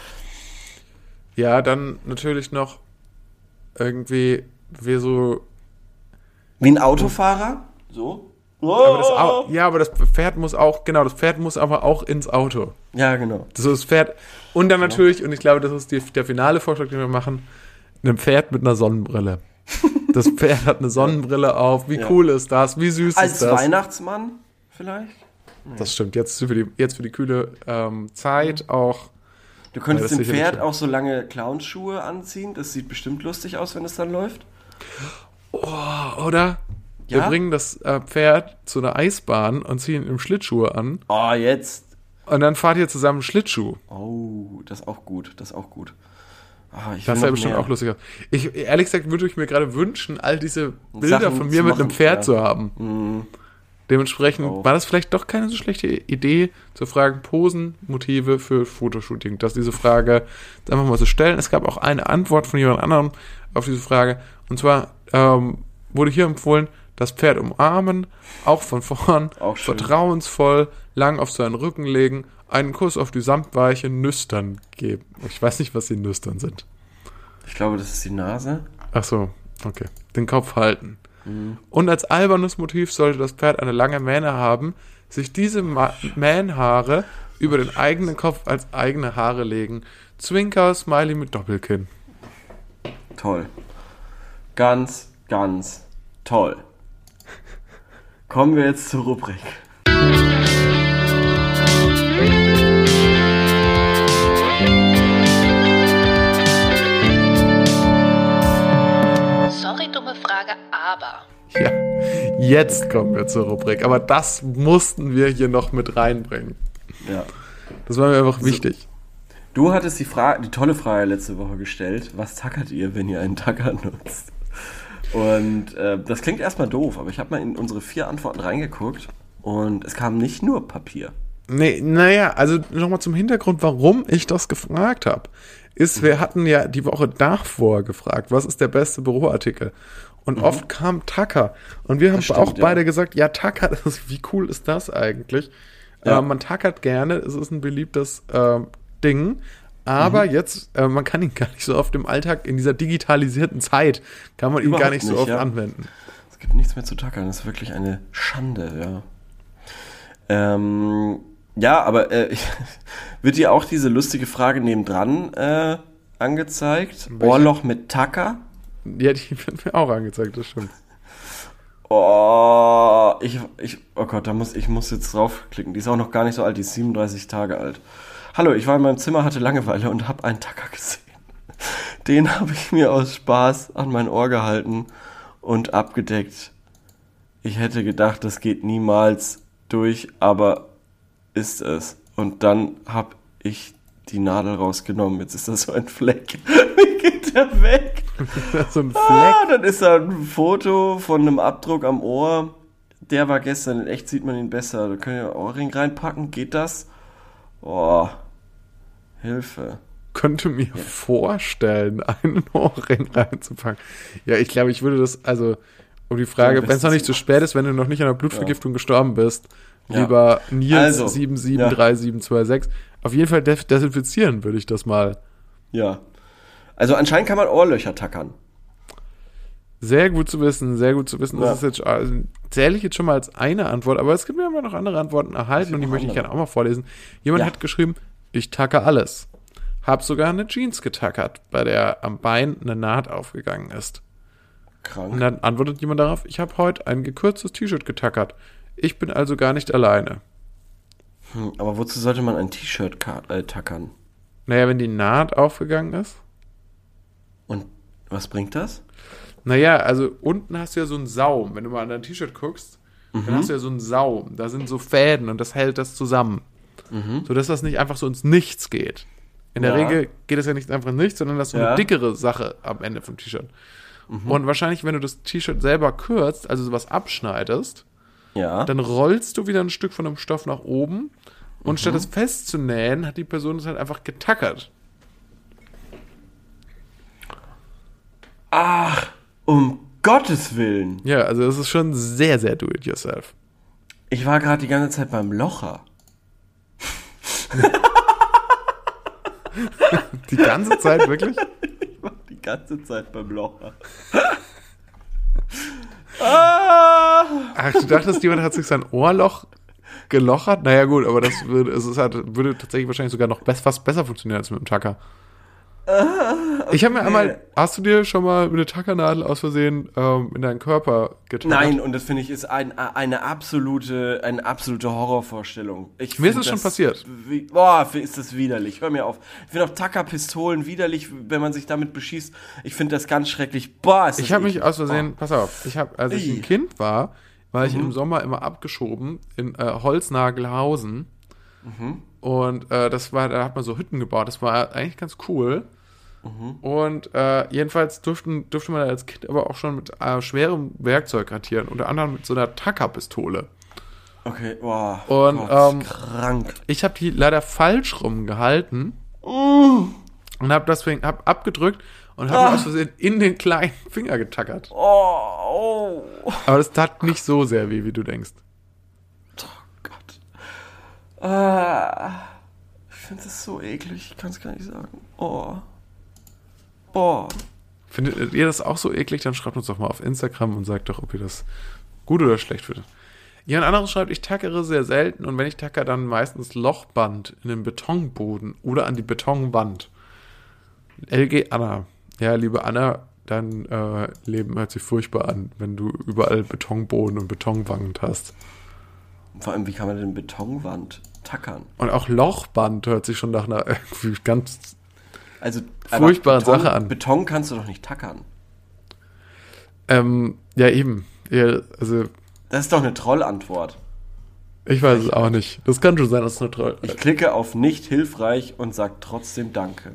Ja, dann natürlich noch irgendwie wie ein Autofahrer, so. Aber das Pferd muss aber auch ins Auto. Ja, genau. So das Pferd. Und dann natürlich, und ich glaube, das ist der finale Vorschlag, den wir machen, ein Pferd mit einer Sonnenbrille. Das Pferd hat eine Sonnenbrille auf. Wie cool ist das? Wie süß ist das? Als Weihnachtsmann vielleicht? Das stimmt. Jetzt für die kühle Zeit auch. Du könntest dem Pferd auch so lange Clownschuhe anziehen. Das sieht bestimmt lustig aus, wenn es dann läuft. Oh, oder? Ja? Wir bringen das Pferd zu einer Eisbahn und ziehen ihm Schlittschuhe an. Oh, jetzt. Und dann fahrt ihr zusammen Schlittschuh. Oh, das ist auch gut. Ah, das wäre bestimmt auch lustig. Ehrlich gesagt, würde ich mir gerade wünschen, all diese Bilder von mir mit einem Pferd zu haben. Dementsprechend war das vielleicht doch keine so schlechte Idee, zu fragen, Posen, Motive für Fotoshooting. Dass diese Frage einfach mal so stellen. Es gab auch eine Antwort von jemand anderem auf diese Frage. Und zwar wurde hier empfohlen, das Pferd umarmen, auch von vorn, auch vertrauensvoll, lang auf seinen Rücken legen, einen Kuss auf die Samtweiche, Nüstern geben. Ich weiß nicht, was die Nüstern sind. Ich glaube, das ist die Nase. Ach so, okay. Den Kopf halten. Und als albernes Motiv sollte das Pferd eine lange Mähne haben, sich diese Mähnhaare über den eigenen Kopf als eigene Haare legen. Zwinker, Smiley mit Doppelkinn. Toll. Ganz, ganz toll. Kommen wir jetzt zur Rubrik. Sorry, dumme Frage, aber. Ja, jetzt kommen wir zur Rubrik. Aber das mussten wir hier noch mit reinbringen. Ja. Das war mir einfach wichtig. Du hattest die tolle Frage letzte Woche gestellt. Was tackert ihr, wenn ihr einen Tacker nutzt? Und das klingt erstmal doof, aber ich habe mal in unsere 4 Antworten reingeguckt und es kam nicht nur Papier. Nee, naja, also nochmal zum Hintergrund, warum ich das gefragt habe, ist, wir hatten ja die Woche davor gefragt, was ist der beste Büroartikel? Und oft kam Tacker. Und wir haben auch beide gesagt, ja, Tacker, wie cool ist das eigentlich? Ja. Man tackert gerne, es ist ein beliebtes Ding. Aber jetzt, man kann ihn gar nicht so oft im Alltag, in dieser digitalisierten Zeit, kann man ihn gar nicht so oft anwenden. Es gibt nichts mehr zu tackern, das ist wirklich eine Schande, ja. Ja, aber wird dir auch diese lustige Frage nebendran angezeigt? Welche? Ohrloch mit Tacker? Ja, die wird mir auch angezeigt, das stimmt. Oh, oh Gott, ich muss jetzt draufklicken. Die ist auch noch gar nicht so alt, die ist 37 Tage alt. Hallo, ich war in meinem Zimmer, hatte Langeweile und habe einen Tacker gesehen. Den habe ich mir aus Spaß an mein Ohr gehalten und abgedeckt. ich hätte gedacht, das geht niemals durch, aber ist es. Und dann habe ich die Nadel rausgenommen. Jetzt ist das so ein Fleck. Wie geht der weg? So ein Fleck. Dann ist da ein Foto von einem Abdruck am Ohr. Der war gestern. In echt sieht man ihn besser. Da könnt ihr Ohrring reinpacken. Geht das? Oh, Hilfe. Könnte mir vorstellen, einen Ohrring reinzupacken. Ja, ich glaube, ich würde das, also, um die Frage, wenn es noch nicht zu spät ist, wenn du noch nicht an einer Blutvergiftung gestorben bist, lieber Nils 773726, auf jeden Fall desinfizieren würde ich das mal. Ja. Also anscheinend kann man Ohrlöcher tackern. Sehr gut zu wissen, sehr gut zu wissen. Ja. Das ist jetzt, zähle ich jetzt schon mal als eine Antwort, aber es gibt ja immer noch andere Antworten erhalten und die möchte ich gerne auch mal vorlesen. Jemand hat geschrieben, ich tacke alles. Hab sogar eine Jeans getackert, bei der am Bein eine Naht aufgegangen ist. Krank. Und dann antwortet jemand darauf, ich habe heute ein gekürztes T-Shirt getackert. Ich bin also gar nicht alleine. Aber wozu sollte man ein T-Shirt tackern? Naja, wenn die Naht aufgegangen ist. Und was bringt das? Naja, also unten hast du ja so einen Saum. Wenn du mal an dein T-Shirt guckst, dann hast du ja so einen Saum. Da sind so Fäden und das hält das zusammen. Sodass das nicht einfach so ins Nichts geht. In der Regel geht es ja nicht einfach nichts, sondern das ist so eine dickere Sache am Ende vom T-Shirt. Und wahrscheinlich, wenn du das T-Shirt selber kürzt, also sowas abschneidest, dann rollst du wieder ein Stück von dem Stoff nach oben und statt es festzunähen, hat die Person es halt einfach getackert. Ach, um Gottes Willen. Ja, also das ist schon sehr, sehr do-it-yourself. Ich war gerade die ganze Zeit beim Locher. Die ganze Zeit, wirklich? Ich war die ganze Zeit beim Locher. Ach, du dachtest, jemand hat sich sein Ohrloch gelochert? Naja gut, aber das würde tatsächlich wahrscheinlich sogar noch fast besser funktionieren als mit dem Tacker. Ich habe mir einmal, hast du dir schon mal eine Tackernadel aus Versehen in deinen Körper getackert? Nein, und das finde ich ist eine absolute Horrorvorstellung. Mir ist es schon passiert. Ist das widerlich. Hör mir auf. Ich finde auch Tackerpistolen widerlich, wenn man sich damit beschießt. Ich finde das ganz schrecklich. Ich habe mich aus Versehen, pass auf, als ich ein Kind war ich im Sommer immer abgeschoben in Holznagelhausen. Und da hat man so Hütten gebaut. Das war eigentlich ganz cool. Und jedenfalls durfte man als Kind aber auch schon mit schwerem Werkzeug hantieren. Unter anderem mit so einer Tackerpistole. Okay, wow. Und krank. ich habe die leider falsch rumgehalten. Und habe abgedrückt und habe mir aus Versehen in den kleinen Finger getackert. Aber das tat nicht so sehr weh, wie du denkst. Ich finde das so eklig, ich kann es gar nicht sagen. Findet ihr das auch so eklig? Dann schreibt uns doch mal auf Instagram und sagt doch, ob ihr das gut oder schlecht findet. Jemand anderes schreibt, ich tackere sehr selten und wenn ich tackere, dann meistens Lochband in den Betonboden oder an die Betonwand. LG Anna. Ja, liebe Anna, dein Leben hört sich furchtbar an, wenn du überall Betonboden und Betonwand hast. Vor allem, wie kann man denn Betonwand tackern? Und auch Lochband hört sich schon nach einer irgendwie ganz furchtbaren Sache an. Beton kannst du doch nicht tackern. Ja, eben. Ja, also, das ist doch eine Trollantwort. Ich weiß es auch nicht. Das kann schon sein, dass es eine Troll. Ich klicke auf nicht hilfreich und sag trotzdem Danke.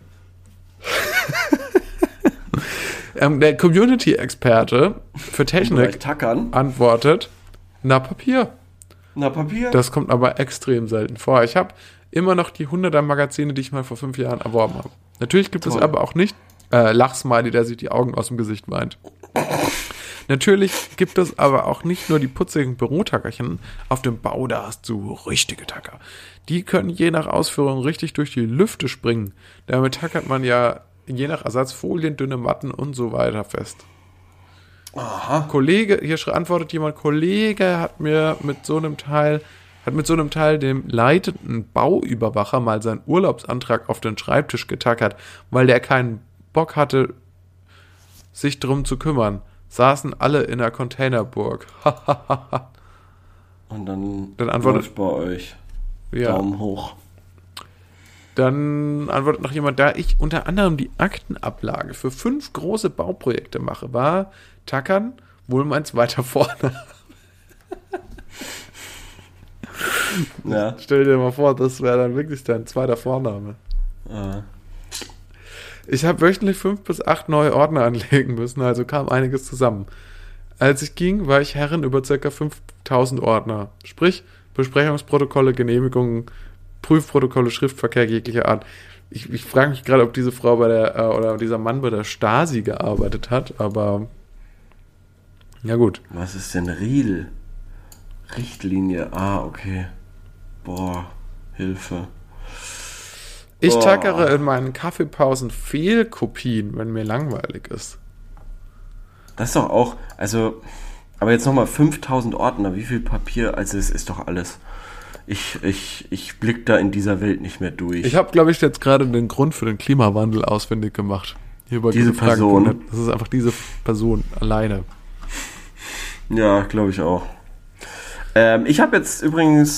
Der Community-Experte für Technik antwortet, Papier. Papier? Das kommt aber extrem selten vor. Ich habe immer noch die 100er Magazine, die ich mal vor 5 Jahren erworben habe. Natürlich gibt es aber auch nicht Lachsmiley, der sich die Augen aus dem Gesicht weint. Natürlich gibt es aber auch nicht nur die putzigen Bürotackerchen. Auf dem Bau, da hast du richtige Tacker. Die können je nach Ausführung richtig durch die Lüfte springen. Damit tackert man ja je nach Ersatz Folien, dünne Matten und so weiter fest. Aha. Kollege, hier antwortet jemand, Kollege hat mit so einem Teil dem leitenden Bauüberwacher mal seinen Urlaubsantrag auf den Schreibtisch getackert, weil der keinen Bock hatte, sich drum zu kümmern. Saßen alle in der Containerburg. Und dann antwortet bei euch Daumen hoch. Dann antwortet noch jemand, da ich unter anderem die Aktenablage für 5 große Bauprojekte mache, war Tackern wohl meins weiter vorne. Ja. Stell dir mal vor, das wäre dann wirklich dein zweiter Vorname. Ah. Ich habe wöchentlich 5 bis 8 neue Ordner anlegen müssen, also kam einiges zusammen. Als ich ging, war ich Herrin über ca. 5000 Ordner. Sprich, Besprechungsprotokolle, Genehmigungen, Prüfprotokolle, Schriftverkehr jeglicher Art. Ich frage mich gerade, ob diese Frau oder dieser Mann bei der Stasi gearbeitet hat, aber ja gut. Was ist denn RIL? Richtlinie. Ah, okay. Boah, Hilfe. Ich tackere in meinen Kaffeepausen Fehlkopien, wenn mir langweilig ist. Das ist doch auch, also, aber jetzt nochmal 5000 Ordner, wie viel Papier, also es ist doch alles. Ich blick da in dieser Welt nicht mehr durch. Ich habe, glaube ich, jetzt gerade den Grund für den Klimawandel ausfindig gemacht. Hier bei Diese Person. Das ist einfach diese Person alleine. Ja, glaube ich auch. Ich habe jetzt übrigens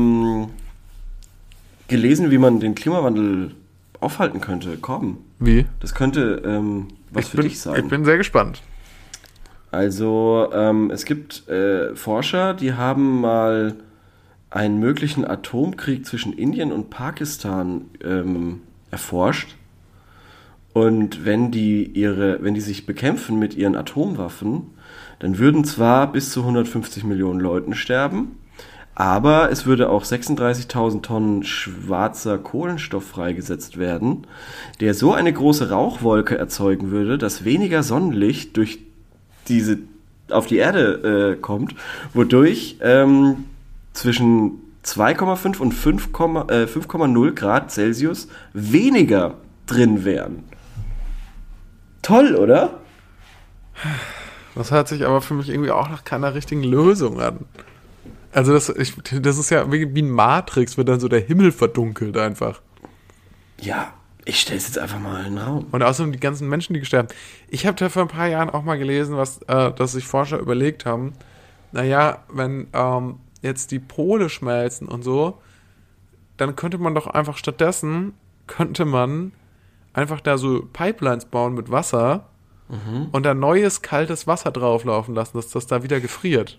gelesen, wie man den Klimawandel aufhalten könnte. Komm. Wie? Das könnte was für dich sein. Ich bin sehr gespannt. Also, es gibt Forscher, die haben mal einen möglichen Atomkrieg zwischen Indien und Pakistan erforscht. Und wenn die sich bekämpfen mit ihren Atomwaffen, dann würden zwar bis zu 150 Millionen Leuten sterben, aber es würde auch 36.000 Tonnen schwarzer Kohlenstoff freigesetzt werden, der so eine große Rauchwolke erzeugen würde, dass weniger Sonnenlicht durch auf die Erde kommt, wodurch zwischen 2,5 und 5,0 Grad Celsius weniger drin wären. Toll, oder? Das hört sich aber für mich irgendwie auch nach keiner richtigen Lösung an. Also das ist ja wie ein Matrix, wird dann so der Himmel verdunkelt einfach. Ja, ich stelle es jetzt einfach mal in den Raum. Und außerdem die ganzen Menschen, die gestorben. Ich habe da vor ein paar Jahren auch mal gelesen, dass sich Forscher überlegt haben, naja, wenn jetzt die Pole schmelzen und so, dann könnte man doch einfach stattdessen, einfach da so Pipelines bauen mit Wasser und da neues, kaltes Wasser drauflaufen lassen, dass das da wieder gefriert.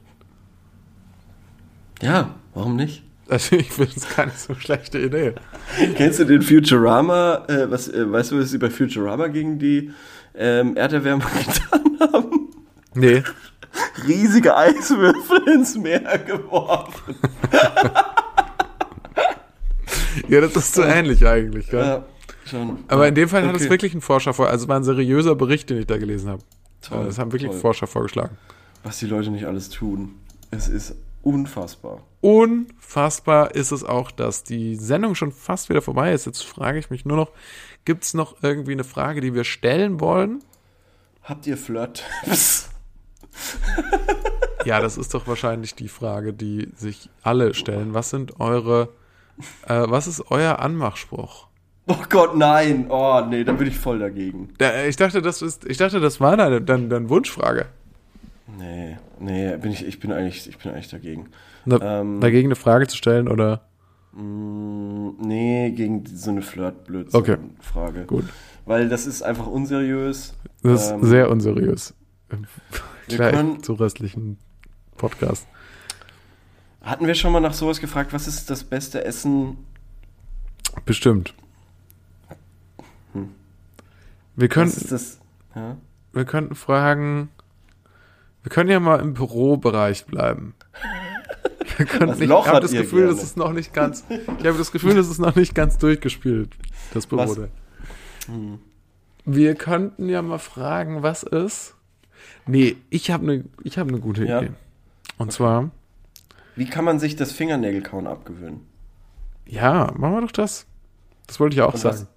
Ja, warum nicht? Also ich finde es keine so schlechte Idee. Kennst du den Futurama? Weißt du, was sie bei Futurama gegen die Erderwärmung getan haben? Nee. Riesige Eiswürfel ins Meer geworfen. Ja, das ist so ähnlich eigentlich, gell? Ja, schon. Aber in dem Fall hat es wirklich ein Forscher also es war ein seriöser Bericht, den ich da gelesen habe. Toll, das haben wirklich toll. Forscher vorgeschlagen. Was die Leute nicht alles tun. Es ist unfassbar. Unfassbar ist es auch, dass die Sendung schon fast wieder vorbei ist. Jetzt frage ich mich nur noch, gibt es noch irgendwie eine Frage, die wir stellen wollen? Habt ihr Flirt? Ja, das ist doch wahrscheinlich die Frage, die sich alle stellen. Was ist euer Anmachspruch? Oh Gott, nein. Oh, nee, da bin ich voll dagegen. Ich dachte, das war deine Wunschfrage. Nee, ich bin eigentlich dagegen. Dagegen eine Frage zu stellen, oder? Nee, gegen so eine Flirt-Blödsinn-Frage. Okay, gut. Weil das ist einfach unseriös. Das ist sehr unseriös. Wir Zu restlichen Podcast. Hatten wir schon mal nach sowas gefragt, was ist das beste Essen? Bestimmt. Wir Was ist das? Ja? Wir könnten fragen, wir können ja mal im Bürobereich bleiben. Ich habe das Gefühl, das ist noch nicht ganz durchgespielt, das Büro. Wir könnten ja mal fragen, was ist. Nee, ich habe eine gute Idee. Und zwar. Wie kann man sich das Fingernägelkauen abgewöhnen? Ja, machen wir doch das. Das wollte ich auch sagen.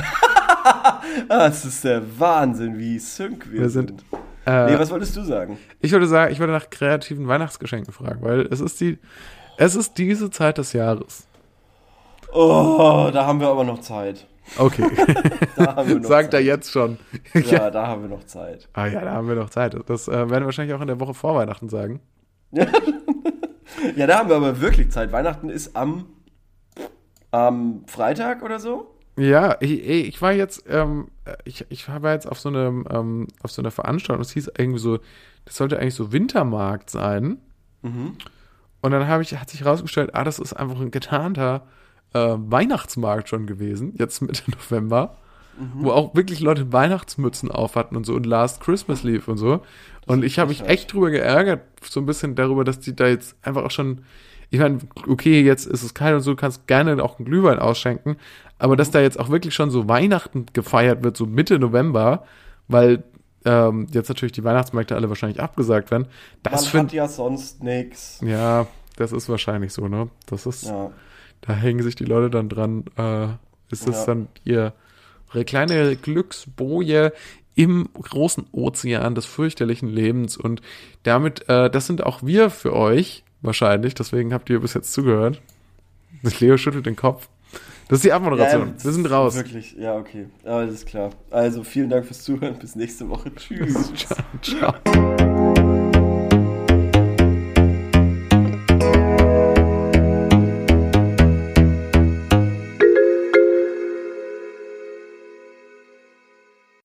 Das ist der Wahnsinn, wie sync wir sind. Was wolltest du sagen? Ich wollte nach kreativen Weihnachtsgeschenken fragen, weil es ist diese Zeit des Jahres. Oh, da haben wir aber noch Zeit. Okay. Sagt er jetzt schon. Ja, da haben wir noch Zeit. Ah ja, da haben wir noch Zeit. Das werden wir wahrscheinlich auch in der Woche vor Weihnachten sagen. Ja, da haben wir aber wirklich Zeit. Weihnachten ist am Freitag oder so? Ja, ich war jetzt, ich war jetzt auf so einer Veranstaltung, das hieß irgendwie so, das sollte eigentlich so Wintermarkt sein. Und dann hat sich herausgestellt, das ist einfach ein getarnter Weihnachtsmarkt schon gewesen, jetzt Mitte November, wo auch wirklich Leute Weihnachtsmützen auf hatten und so und Last Christmas lief und so. Und ich habe mich echt drüber geärgert, so ein bisschen darüber, dass die da jetzt einfach auch schon, ich meine, okay, jetzt ist es kalt und so, du kannst gerne auch einen Glühwein ausschenken, aber dass da jetzt auch wirklich schon so Weihnachten gefeiert wird, so Mitte November, weil jetzt natürlich die Weihnachtsmärkte alle wahrscheinlich abgesagt werden. Man hat ja sonst nix. Ja, das ist wahrscheinlich so, ne? Das ist, da hängen sich die Leute dann dran, ist das dann ihre kleine Glücksboje im großen Ozean des fürchterlichen Lebens und damit, das sind auch wir für euch wahrscheinlich, deswegen habt ihr bis jetzt zugehört. Leo schüttelt den Kopf. Das ist die Abmoderation. Wir sind raus. Wirklich, ja, okay. Alles klar. Also, vielen Dank fürs Zuhören. Bis nächste Woche. Tschüss. Ciao.